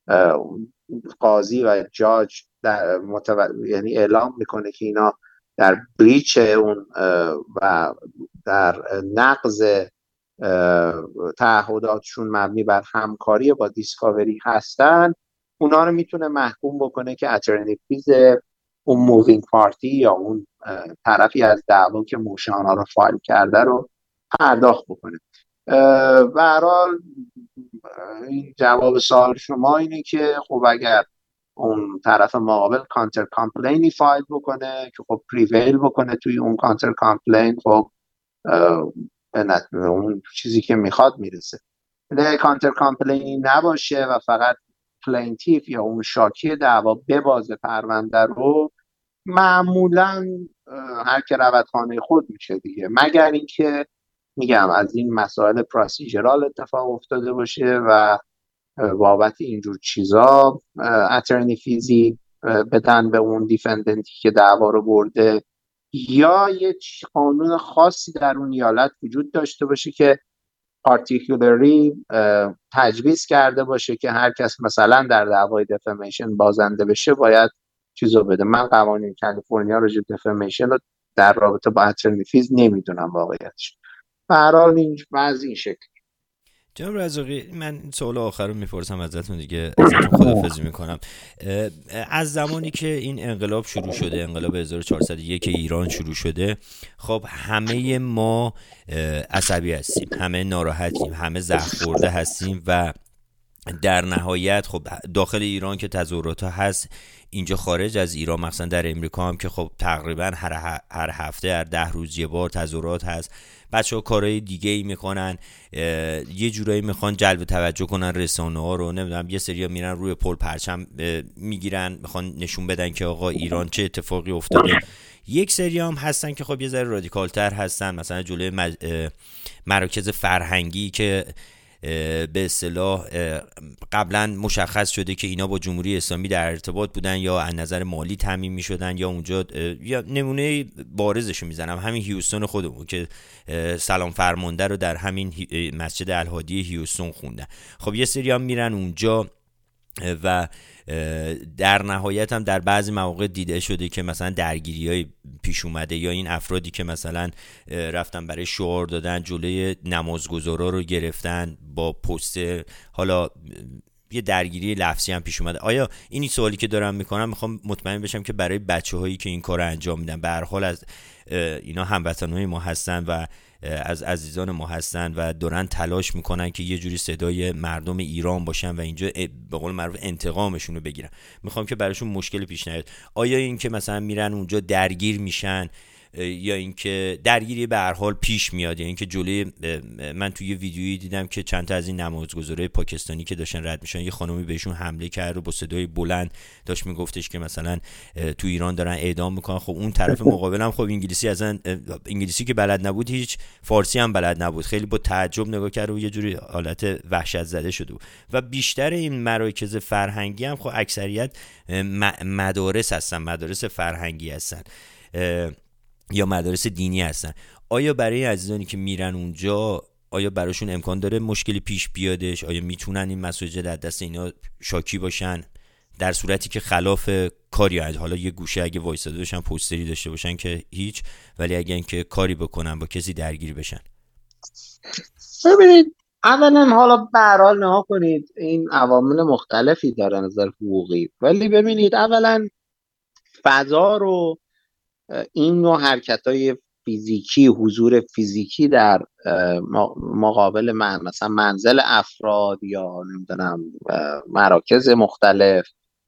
قاضی و جاج یعنی اعلام میکنه که اینا در بریچ اون و در نقض تعهداتشون مبنی بر همکاری با دیسکاوری هستن، اونا رو میتونه محکوم بکنه که اترنی فیز اون مووینگ پارتی یا اون طرفی از دعوا که موشانا رو فایل کرده رو پرداخت بکنه. به هر حال این جواب سوال شما اینه که خب اگر اون طرف مقابل کانتر کامپلینی فایل بکنه که خب پریویل بکنه توی اون کانتر کامپلین، خب به اون چیزی که میخواد میرسه. اگه کانتر کامپلینی نباشه و فقط پلینتیف یا اون شاکی دعوا ببازه پرونده رو، معمولا هر که رود خانه خود میشه دیگه، مگر اینکه میگم از این مسائل پروسیجرال اتفاق افتاده باشه و بابت اینجور چیزا اترنی فیزی بدن به اون دیفندنتی که دعوا رو برده، یا یه قانون خاصی در اون ایالت وجود داشته باشه که پارتیکولری تجویز کرده باشه که هر کس مثلا در دعوای دفامیشن بازنده بشه باید چیزو بده. من قوانین کالیفرنیا راجع به دفامیشن رو در رابطه با اترنی فیز نمیدونم واقعیتش. به هر حال این بعضی این شکلی. جناب رزاقی، من سوال آخر رو میپرسم ازتون دیگه، ازتون خداحافظی میکنم. از زمانی که این انقلاب شروع شده، انقلاب 1401 ایران شروع شده، خب همه ما عصبی هستیم، همه ناراحتیم، همه زخم خورده هستیم و در نهایت خب داخل ایران که تظاهرات هست، اینجا خارج از ایران مثلا در امریکا هم که خب تقریبا هر هفته هر 10 روز یه بار تظاهرات هست. بچه‌ها کارهای دیگه ای میکنن، یه جورایی میخوان جلب توجه کنن رسانه ها رو، نمیدونم یه سریا میرن روی پل پرچم میگیرن، میخوان نشون بدن که آقا ایران چه اتفاقی افتاده. یک سری هم هستن که خب یه ذره رادیکال تر هستن، مثلا جلوی مراکز فرهنگی که به اصطلاح قبلا مشخص شده که اینا با جمهوری اسلامی در ارتباط بودن یا از نظر مالی تامین میشدن، یا اونجا یا نمونه بارزشو میزنم همین هیوستون خودمون که سلام فرمانده رو در همین مسجد الهادی هیوستون خوندن. خب یه سری هم میرن اونجا و در نهایت هم در بعضی مواقع دیده شده که مثلا درگیری‌های پیش اومده، یا این افرادی که مثلا رفتن برای شعار دادن جلوی نمازگزارا رو گرفتن با پست، حالا یه درگیری لفظی هم پیش اومده. آیا اینی سوالی که دارم میکنم، میخوام مطمئن بشم که برای بچه‌هایی که این کارو انجام میدن، به هر حال از اینا هموطنای ما هستن و از عزیزان ما هستن و دارن تلاش میکنن که یه جوری صدای مردم ایران باشن و اینجا به قول معروف انتقامشون رو بگیرن، میخوام که براشون مشکل پیش نیاد. آیا این که مثلا میرن اونجا درگیر میشن یا اینکه درگیری به هر حال پیش میاد. یعنی اینکه جلوی من توی یه ویدیویی دیدم که چند تا از این نمازگزارای پاکستانی که داشتن رد میشن یه خانومی بهشون حمله کرد و با صدای بلند داشت میگفتش که مثلا تو ایران دارن اعدام میکنن. خب اون طرف مقابل هم خب انگلیسی که بلد نبود، هیچ فارسی هم بلد نبود، خیلی با تعجب نگاه کرد و یه جوری حالت وحشت زده شده بود. و بیشتر این مراکز فرهنگی هم خب اکثریت مدارس هستن، مدارس فرهنگی هستن یا مدارس دینی هستن. آیا برای عزیزانی که میرن اونجا، آیا براشون امکان داره مشکلی پیش بیادش؟ آیا میتونن این مساجد از دست اینا شاکی باشن در صورتی که خلاف کاری هست؟ حالا یه گوشه اگه وایساده باشن پوستری داشته باشن که هیچ، ولی اگه اینکه کاری بکنن با کسی درگیر بشن. ببینید اولا حالا به هر حال نها کنید، این عوامل مختلفی داره نظر حقوقی، ولی ببینید اولا فضا رو، این نوع حرکت‌های فیزیکی، حضور فیزیکی در مقابل مثلا منزل افراد یا نمیدونم مراکز مختلف،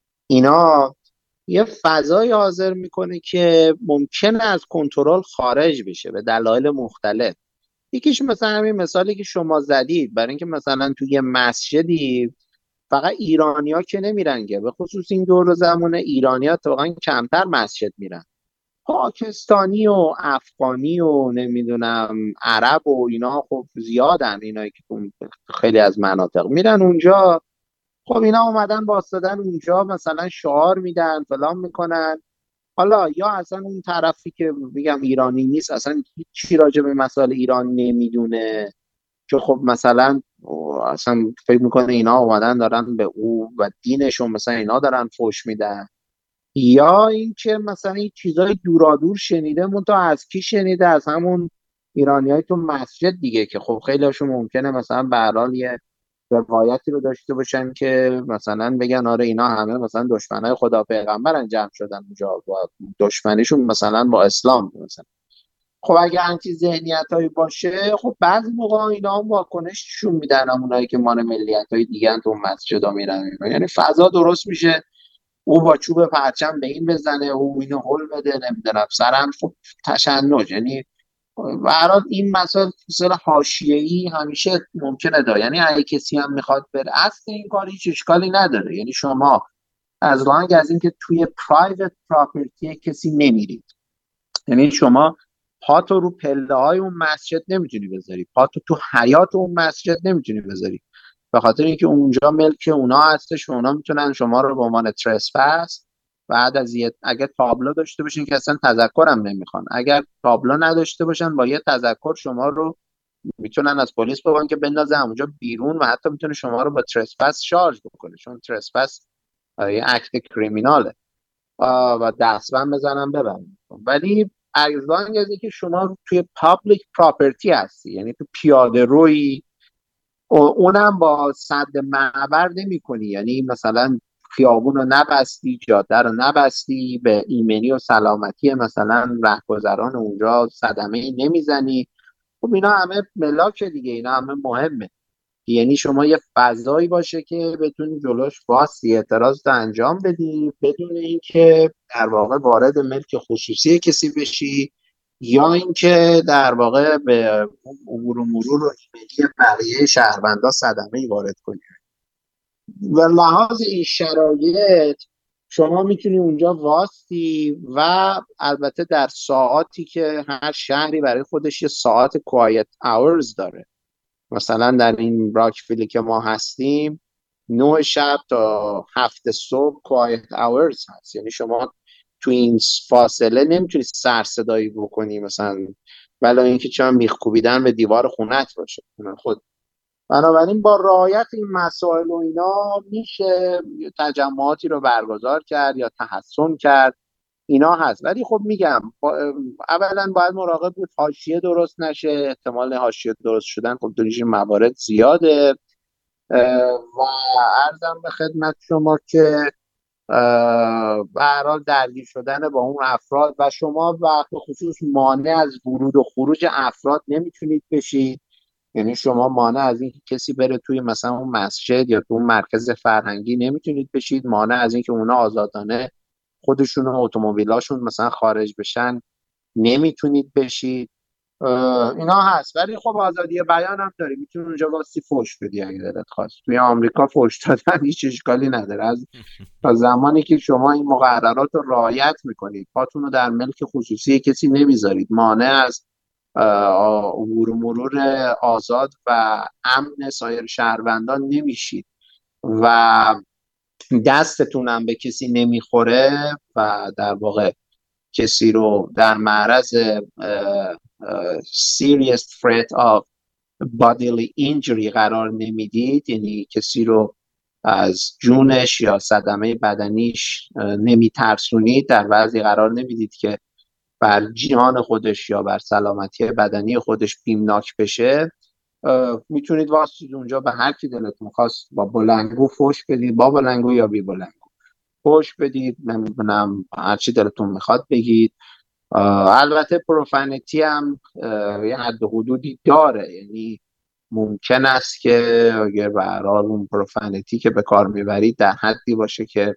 اینا یه فضای حاضر میکنه که ممکنه از کنترل خارج بشه به دلایل مختلف. یکیش مثلا همین مثالی که شما زدید، برای اینکه مثلا توی یه مسجدی فقط ایرانیا که نمیرن که، به خصوص این دور زمان ایرانیا واقعا کمتر مسجد میرن، پاکستانی و افغانی و نمیدونم عرب و اینا خب زیادن، اینایی که خیلی از مناطق میرن اونجا. خب اینا اومدن واسطدن اونجا مثلا شعار میدن فلان میکنن. حالا یا اصلا اون طرفی که میگم ایرانی نیست، اصلا هیچی راجع به مسائل ایران نمیدونه، که خب مثلا اصلا فکر میکنه اینا اومدن دارن به او و دینشون مثلا اینا دارن فوش میدن. یا اینکه مثلا این چیزای دورادور شنیده، منتها از کی شنیده؟ از همون ایرانیای تو مسجد دیگه، که خب خیلی هاشون ممکنه مثلا به هر حال یه روایتی رو داشته باشن که مثلا بگن آره اینا همه مثلا دشمنای خدا پیغمبرن جمع شدن اونجا و دشمنیشون مثلا با اسلام مثلا. خب اگه همچین ذهنیتایی باشه، خب بعضی موقع اینا هم واکنششون میدن، اونایی که مان ملیت‌های دیگه تو مسجدا میرن، یعنی فضا درست میشه، او با چوب پرچم به این بزنه، او اینو هول بده، نمیدونم سرم خب تشنج. یعنی به هر حال این مسائل حاشیه‌ای همیشه ممکنه داره. یعنی اگه کسی هم میخواد بره، اصل این کار هیچ اشکالی نداره. یعنی شما از لانگ از اینکه توی پرایوت پراپرتی کسی نمیرید، یعنی شما پاتو رو پله های اون مسجد نمیتونی بذاری، پاتو تو حیاط اون مسجد نمیتونی بذاری، به خاطر اینکه اونجا ملک اونا هستش و اونا میتونن شما رو به عنوان ترسپس، بعد از اگر تابلو داشته باشین که اصلا تذکرم نمیخوان، اگر تابلو نداشته باشن با یه تذکر شما رو میتونن از پلیس بگن که بندازه اونجا بیرون، و حتی میتونه شما رو با ترسپس شارژ بکنه، چون ترسپس یه اکت کریمیناله و دستبند بزنن ببرن. ولی از لانگ از اینکه شما توی پابلیک پراپرتی هستی، یعنی تو پیاده روی، اونم با سد معبر نمی کنی، یعنی مثلا خیابون رو نبستی، جاده رو نبستی، به ایمنی و سلامتی مثلا رهگذران اونجا صدمه نمیزنی، خب اینا همه ملاک دیگه، اینا همه مهمه. یعنی شما یه فضایی باشه که بتونی جلوش واسطی اعتراض رو انجام بدی بدون اینکه در واقع وارد ملک خصوصی کسی بشی، یا اینکه در واقع به امور و مرور و ایمنی بقیه شهروندا صدمه‌ای وارد کنی. و لحاظ این شرایط شما میتونی اونجا واسطی، و البته در ساعاتی که هر شهری برای خودش یه ساعت کوایت اورز داره. مثلا در این راکفیلی که ما هستیم 9 شب تا 7 صبح کوایت اورز هست، یعنی شما تو این فاصله نمیتونی سر صدایی بکنی مثلا، ولی اینکه چون میخ کوبیدن به دیوار خونت باشه خود. بنابراین با رعایت این مسائل و اینا میشه تجمعاتی رو برگزار کرد یا تحسن کرد، اینا هست. ولی خب میگم اولا باید مراقب بود حاشیه درست نشه، احتمال حاشیه درست شدن خب در این موارد زیاده. و عرضم به خدمت شما که به هر حال درگیر شدن با اون افراد، و شما به خصوص مانع از ورود و خروج افراد نمیتونید بشید. یعنی شما مانع از این که کسی بره توی مثلا اون مسجد یا تو اون مرکز فرهنگی نمیتونید بشید، مانع از این که اونا آزادانه خودشون و اتومبیلاشون مثلا خارج بشن نمیتونید بشید. اینا هست. ولی خب آزادی بیان هم داری، میتونی اونجا واسه فوش بدی اگه دلت خواست. توی آمریکا فوش دادن هیچ اشکالی نداره. از تا زمانی که شما این مقررات رو رعایت میکنید، پاتون رو در ملک خصوصی کسی نمیذارید، مانع از عبور و مرور آزاد و امن سایر شهروندان نمیشید و دستتون هم به کسی نمیخوره و در واقع کسی رو در معرض serious threat of bodily injury قرار نمیدید، یعنی کسی رو از جونش یا صدمه بدنیش نمیترسونید، در وضعی قرار نمیدید که بر جان خودش یا بر سلامتی بدنی خودش بیمناک بشه، میتونید واسید اونجا به هر کی دلتون خواست با بلنگو فوش بدید، با بلنگو یا بی بلنگو فوش بدید، نمیدونم هر چی دلتون میخواد بگید. البته پروفانیتی هم یه حد و حدودی داره، یعنی ممکن است که اگر به هر حال اون پروفانیتی که به کار میبرید در حدی باشه که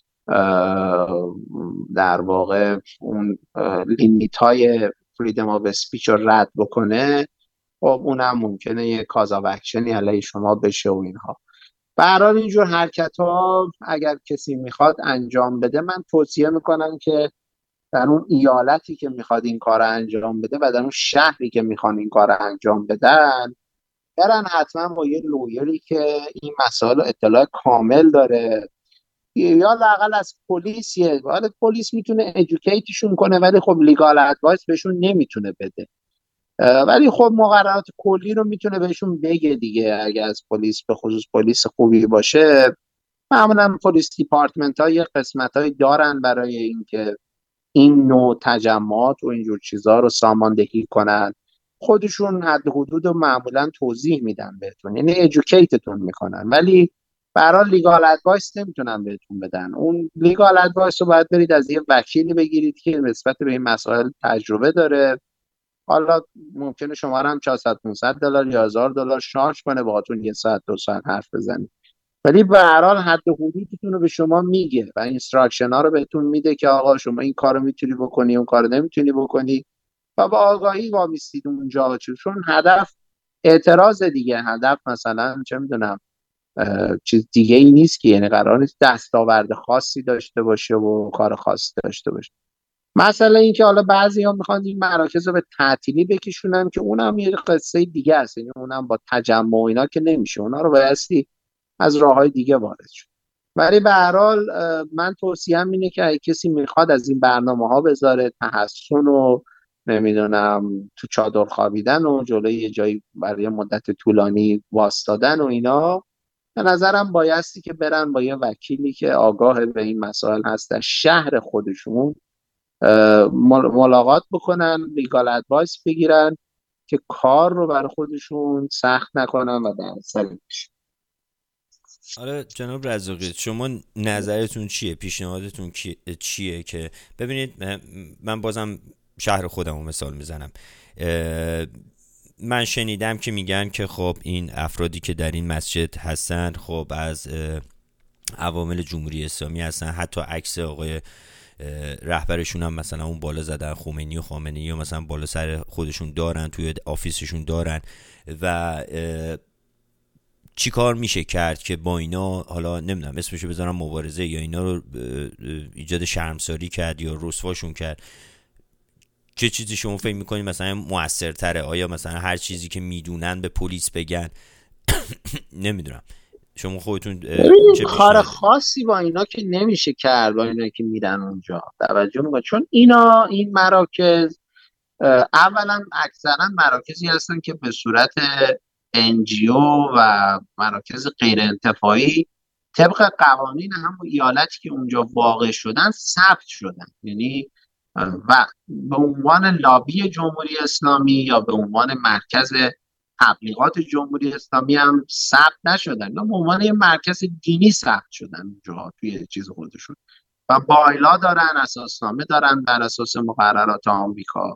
در واقع اون لیمیت های فریدم آف اسپیچ رو رد بکنه، خب اونم ممکنه یه کاز آف اکشنی علیه شما بشه و اینها. به هر حال اینجور حرکت ها اگر کسی میخواد انجام بده، من توصیه میکنم که در اون ایالتی که میخواد این کار انجام بده و در اون شهری که میخوان این کار انجام بدن، برن حتما با یه لویری که این مسائل اطلاع کامل داره، یا لااقل از پلیسیه. حالا پلیس میتونه ادوکیتشون کنه ولی خب لیگال ادوایس بهشون نمیتونه بده، ولی خب مقررات کلی رو میتونه بهشون بگه دیگه. اگه از پلیس، به خصوص پلیس خوبی باشه، معمولا پلیس دیپارتمنت ها یه قسمت هایی دارن برای اینکه این نوع تجمعات و اینجور چیزها رو ساماندهی کنن. خودشون حد حدود رو معمولا توضیح میدن بهتون، یعنی ادوکیتتون میکنن، ولی برای لیگال ادوایس نمیتونن بهتون بدن. اون لیگال ادوایس رو باید برید از یه وکیلی بگیرید که نسبت به این مسائل تجربه داره. حالا ممکنه شما رو هم $400-500 یا $1000 شارژ کنه باهاتون یه ساعت 2 ساعت حرف بزنید، ولی به هر حال حد حدودتون رو به شما میگه و اینستراکشن ها رو بهتون میده که آقا شما این کارو میتونی بکنی، اون کارو نمیتونی بکنی، و با آگاهی وامیستید اونجا. چون هدف اعتراض دیگه، هدف مثلا چه میدونم چیز دیگه ای نیست که، یعنی قرار نیست دستاورد خاصی داشته باشه و کار خاصی داشته باشه. مثلا اینکه حالا بعضی ها میخوان این مراکز رو به تعطیلی بکشونن که اونم یه قصه دیگه است، یعنی اونم با تجمع و اینا که نمیشه، اونا رو بایستی از راههای دیگه وارد شد. ولی به هر حال من توصیهم اینه که اگه کسی میخواد از این برنامه ها بذاره تحسن و نمیدونم تو چادر خوابیدن و جلوی یه جایی برای مدت طولانی واسطادن و اینا، به نظرم بایستی که برن با یه وکیلی که آگاه به این مسائل هست در شهر خودشون ملاقات بکنن، لیگال ادوایس بگیرن که کار رو برای خودشون سخت نکنن و در سر بشه. آره جناب رزاقی، شما نظرتون چیه؟ پیشنهادتون چیه؟ که ببینید من بازم شهر خودم رو مثال میزنم. من شنیدم که میگن که خب این افرادی که در این مسجد هستن خب از عوامل جمهوری اسلامی هستن، حتی عکس آقای رهبرشون هم مثلا اون بالا زدن، خمینی و خامنه‌ای و مثلا بالا سر خودشون دارن، توی آفیسشون دارن. و چی کار میشه کرد که با اینا، حالا نمیدونم اسمشو بذارم مبارزه، یا اینا رو ایجاد شرمساری کرد یا رسواشون کرد؟ چه چیزی شما فکر میکنید مثلا موثرتره؟ آیا مثلا هر چیزی که میدونن به پلیس بگن؟ نمیدونم شما خودتون چه کار خاصی با اینا که نمیشه کرد، با اینا که میرن اونجا توجه میکنن، چون اینا این مراکز اولا اکثرا مراکزی هستن که به صورت NGO و مراکز غیر انتفاعی طبق قوانین هم ایالتی که اونجا واقع شدن ثبت شدن، یعنی و به عنوان لابی جمهوری اسلامی یا به عنوان مرکز تبلیغات جمهوری اسلامی هم ثبت نشدن، یا به عنوان یه مرکز دینی ثبت شدن اونجا توی چیز خودشون و بایلا دارن، اساسنامه دارن بر اساس مقررات آمریکا.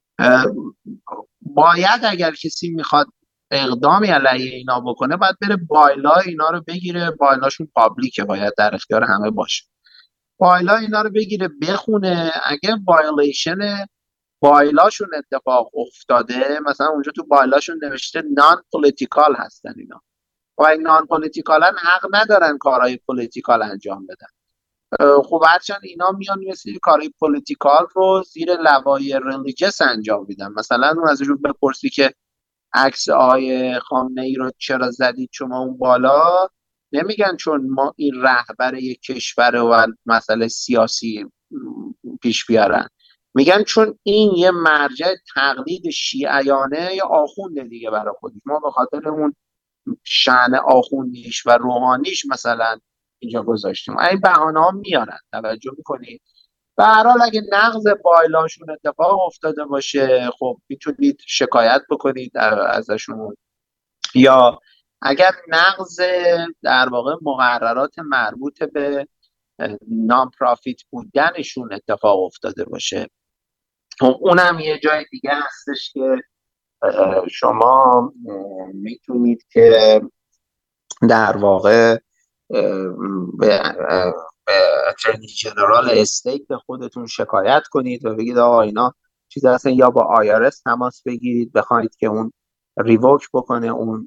باید اگر کسی میخواد اقدامی علیه اینا بکنه باید بره بایلا اینا رو بگیره، بایلاشون پابلیکه، باید در اختیار همه باشه. بایلا اینا رو بگیره بخونه، اگه وایولیشن بایلاشون اتفاق افتاده، مثلا اونجا تو بایلاشون نوشته نان پولیتیکال هستن اینا، و این نان پولیتیکالن حق ندارن کارهای پولیتیکال انجام بدن. خب هرچند اینا میان یه سری کارهای پولیتیکال رو زیر لوای ریلیجس انجام میدن. مثلا اون ازشون بپرسی که عکس آقای خامنه ای رو چرا زدید شما اون بالا، نمیگن چون ما این رهبر یک کشور و مسئله سیاسی پیش بیارن، میگن چون این یه مرجع تقلید شیعیانه یا آخونده دیگه برای خودش، ما به خاطر اون شأن آخوندیش و روحانیش مثلا اینجا گذاشتیم. این بهانه ها میارن، توجه میکنید. به هر حال اگه نقض بایلاشون اتفاق افتاده باشه، خب میتونید شکایت بکنید ازشون، یا اگر نقض در واقع مقررات مربوط به نام پرافیت بودنشون اتفاق افتاده باشه، خب اونم یه جای دیگه هستش که شما میتونید که در واقع به اترنی جنرال استیت خودتون شکایت کنید و بگید آقا اینا چیز هستن، یا با آیارس تماس بگیرید بخواید که اون ریووک بکنه اون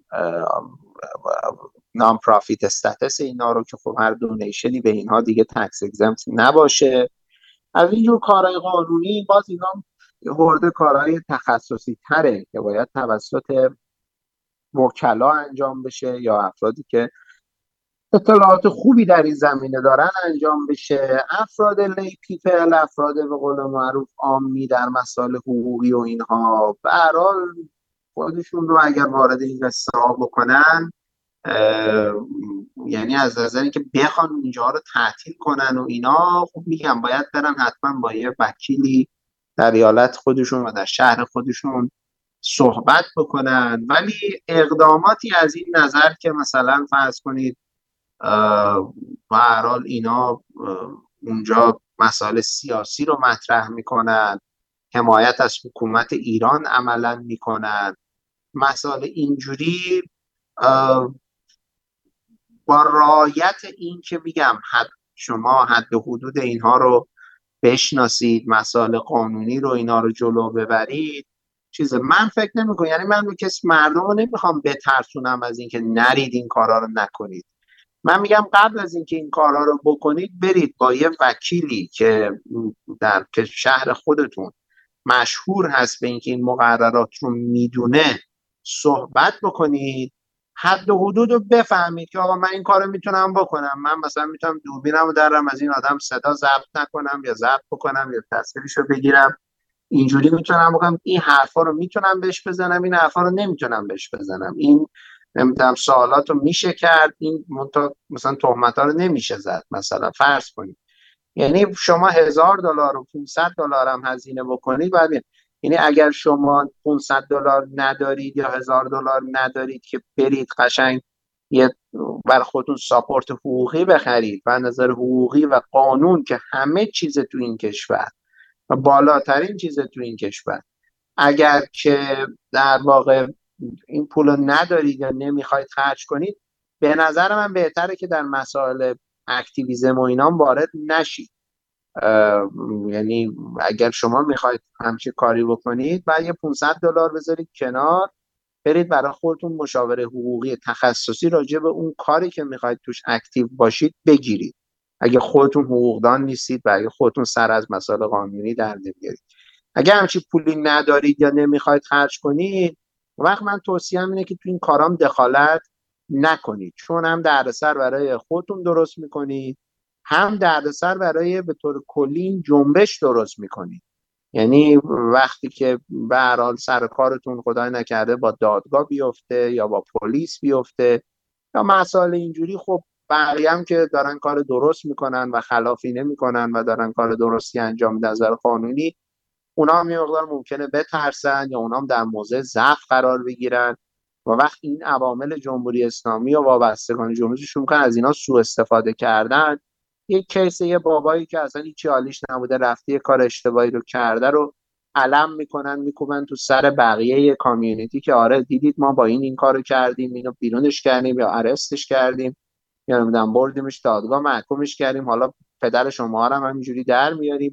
نام پرافیت استاتس اینا رو، که خب هر دونیشنی به اینها دیگه تکس اگزمپت نباشه. از اینجور کارهای قانونی باز اینا هورده کارهای تخصصی تره که باید توسط وکلا انجام بشه یا افرادی که اطلاعات خوبی در این زمینه دارن انجام بشه. افراد لی پیپل، افراد به قول معروف عامی در مسائل حقوقی و اینها، به هر حال خودشون رو اگر وارد این قصه ها بکنن، یعنی از نظر اینکه بخوان اینجا رو تعطیل کنن و اینا، خب میگم باید برن حتما با یه وکیلی در ایالت خودشون و در شهر خودشون صحبت بکنن. ولی اقداماتی از این نظر که مثلا فرض کنید به هر حال اینا اونجا مسائل سیاسی رو مطرح میکنن، حمایت از حکومت ایران عملا میکنن، مسائل اینجوری، با رعایت این که میگم شما حد و حدود اینها رو بشناسید، مسائل قانونی رو اینا رو جلو ببرید، من فکر نمیکنم، یعنی من کسی مردم رو نمیخوام بترسونم از اینکه نرید این کارا رو نکنید. من میگم قبل از اینکه این کارها رو بکنید برید با یه وکیلی که در شهر خودتون مشهور هست به اینکه این مقررات رو میدونه صحبت بکنید، حد و حدود رو بفهمید که آقا من این کارو میتونم بکنم، من مثلا میتونم دوربینمو درم از این آدم صدا ضبط نکنم یا ضبط بکنم یا تصویرشو بگیرم، اینجوری میتونم بکنم، این حرفا رو میتونم بهش بزنم، این حرفا رو نمیتونم بهش بزنم، این نمیدونم سوالات رو میشه کرد، این مثلا تهمت ها رو نمیشه زد، مثلا فرض کنید. یعنی شما $1000 و $500 هم هزینه بکنید یعنی اگر شما $500 ندارید یا $1000 ندارید که برید قشنگ یه بر خودتون ساپورت حقوقی بخرید و نظر حقوقی و قانون که همه چیز تو این کشور و بالاترین چیز تو این کشور، اگر که در واقع این پول رو ندارید یا نمیخواید خرج کنید، به نظر من بهتره که در مسائل اکتیویزم و اینا وارد نشید. یعنی اگر شما میخواید همچین کاری بکنید بعد یه $500 بذارید کنار، برید برای خودتون مشاوره حقوقی تخصصی راجع به اون کاری که میخواید توش اکتیو باشید بگیرید. اگه خودتون حقوقدان نیستید و اگه خودتون سر از مسائل قانونی در نمیارید، اگه همچین پولی ندارید یا نمیخواید خرج کنید، وقت من توصیهم اینه که تو این کارام دخالت نکنید، چون هم دردسر برای خودتون درست میکنید، هم دردسر برای به طور کلی این جنبش درست میکنید. یعنی وقتی که به هر حال سر کارتون خدای نکرده با دادگاه بیفته یا با پلیس بیفته یا مسائل اینجوری، خب بقیه هم که دارن کار درست میکنن و خلافی نمیکنن و دارن کار درستی انجام میدن نظر قانونی، اونا هم یه مقدار ممکنه بترسن یا اونا هم در موضع ضعف قرار بگیرن و وقت این عوامل جمهوری اسلامی و وابستگان جمهوریشون میکنن از اینا سوء استفاده کردن. یک کیس یه بابایی که اصلا هیچی حالیش نبوده رفته یه کار اشتباهی رو کرده رو علم میکنن میکوبن تو سر بقیه کامیونیتی که آره دیدید ما با این کارو کردیم، اینو بیرونش کردیم یا ارستش کردیم یا نمیدونم بردیمش دادگاه محکومش کردیم، حالا پدر شما رو هم همینجوری در میاریم.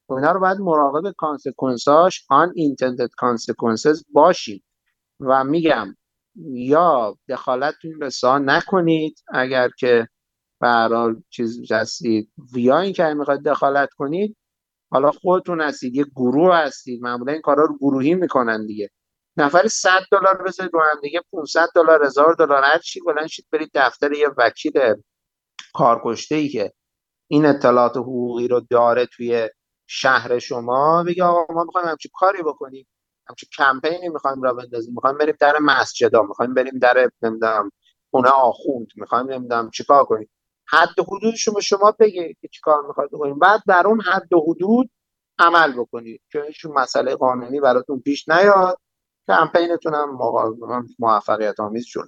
اینا رو باید مراقب کانسکونساش آن اینتندد کانسکونسز باشیم و میگم یا دخالت تو این قصه ها نکنید اگر که به هر حال چیز هستید، یا این که میخواید دخالت کنید حالا خودتون هستید، یه گروه هستید، معمولا این کارا رو گروهی میکنن دیگه، نفری $100 بذارید رو هم دیگه، $500 $1000 هر چی، بلند شید برید دفتر یه وکیل کارکشته ای که این اطلاعات حقوقی رو داره توی شهر شما، بگه آقا ما میخوایم همچین کاری بکنیم، همچین کمپینی میخوایم را بندازیم، میخوایم بریم در مسجدا، میخوایم بریم در نمیدونم خونه آخوند، میخوایم نمیدونم چیکار کنیم، حد و حدودشو به شما بگه که چیکار میخواید بکنیم، بعد در اون حد و حدود عمل بکنید که هیچ مسئله قانونی براتون پیش نیاد، کمپینتون هم موفقیت آمیز جلو.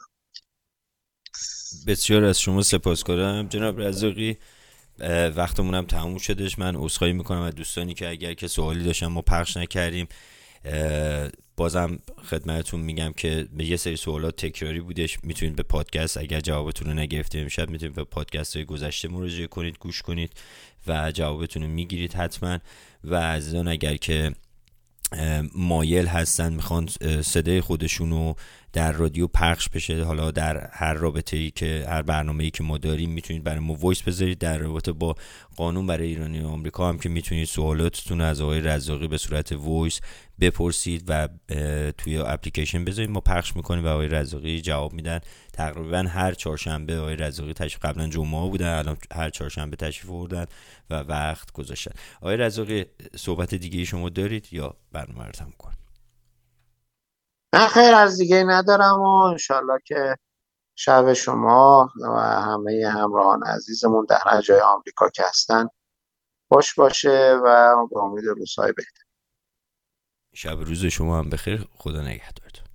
بسیار از شما سپاسگزارم جناب رزاقی. وقتمون هم تموم شدش. من عذرخواهی میکنم از دوستانی که اگر که سوالی داشتن ما پخش نکردیم. بازم خدمتتون میگم که به یه سری سوالات تکراری بودش، میتونید به پادکست اگر جوابتون رو نگرفته امشب میتونید به پادکست های گذشته مراجعه کنید، گوش کنید و جوابتون رو میگیرید حتما. و عزیزان اگر که مایل هستن میخوان صدای خودشونو در رادیو پخش بشه، حالا در هر رابطه‌ای که هر برنامه‌ای که ما داریم میتونید برای ما وایس بذارید. در رابطه با قانون برای ایرانی و آمریکا هم که میتونید سوالاتتون از آقای رزاقی به صورت وایس بپرسید و توی اپلیکیشن بذارید، ما پخش میکنیم و آقای رزاقی جواب میدن. تقریبا هر چهارشنبه آقای رزاقی قبلا جمعه بودن، الان هر چهارشنبه تشریف آوردن و وقت گذاشتن. آقای رزاقی صحبت دیگه شما دارید یا برنامه رو تموم کنیم؟ نه خیر، از دیگه ندارم و انشالله که شب شما و همه همراهان عزیزمون در هر جای آمریکا که هستن خوش باشه و به امید روزهای بهتر. شب روز شما هم بخیر. خدا نگهدارتون.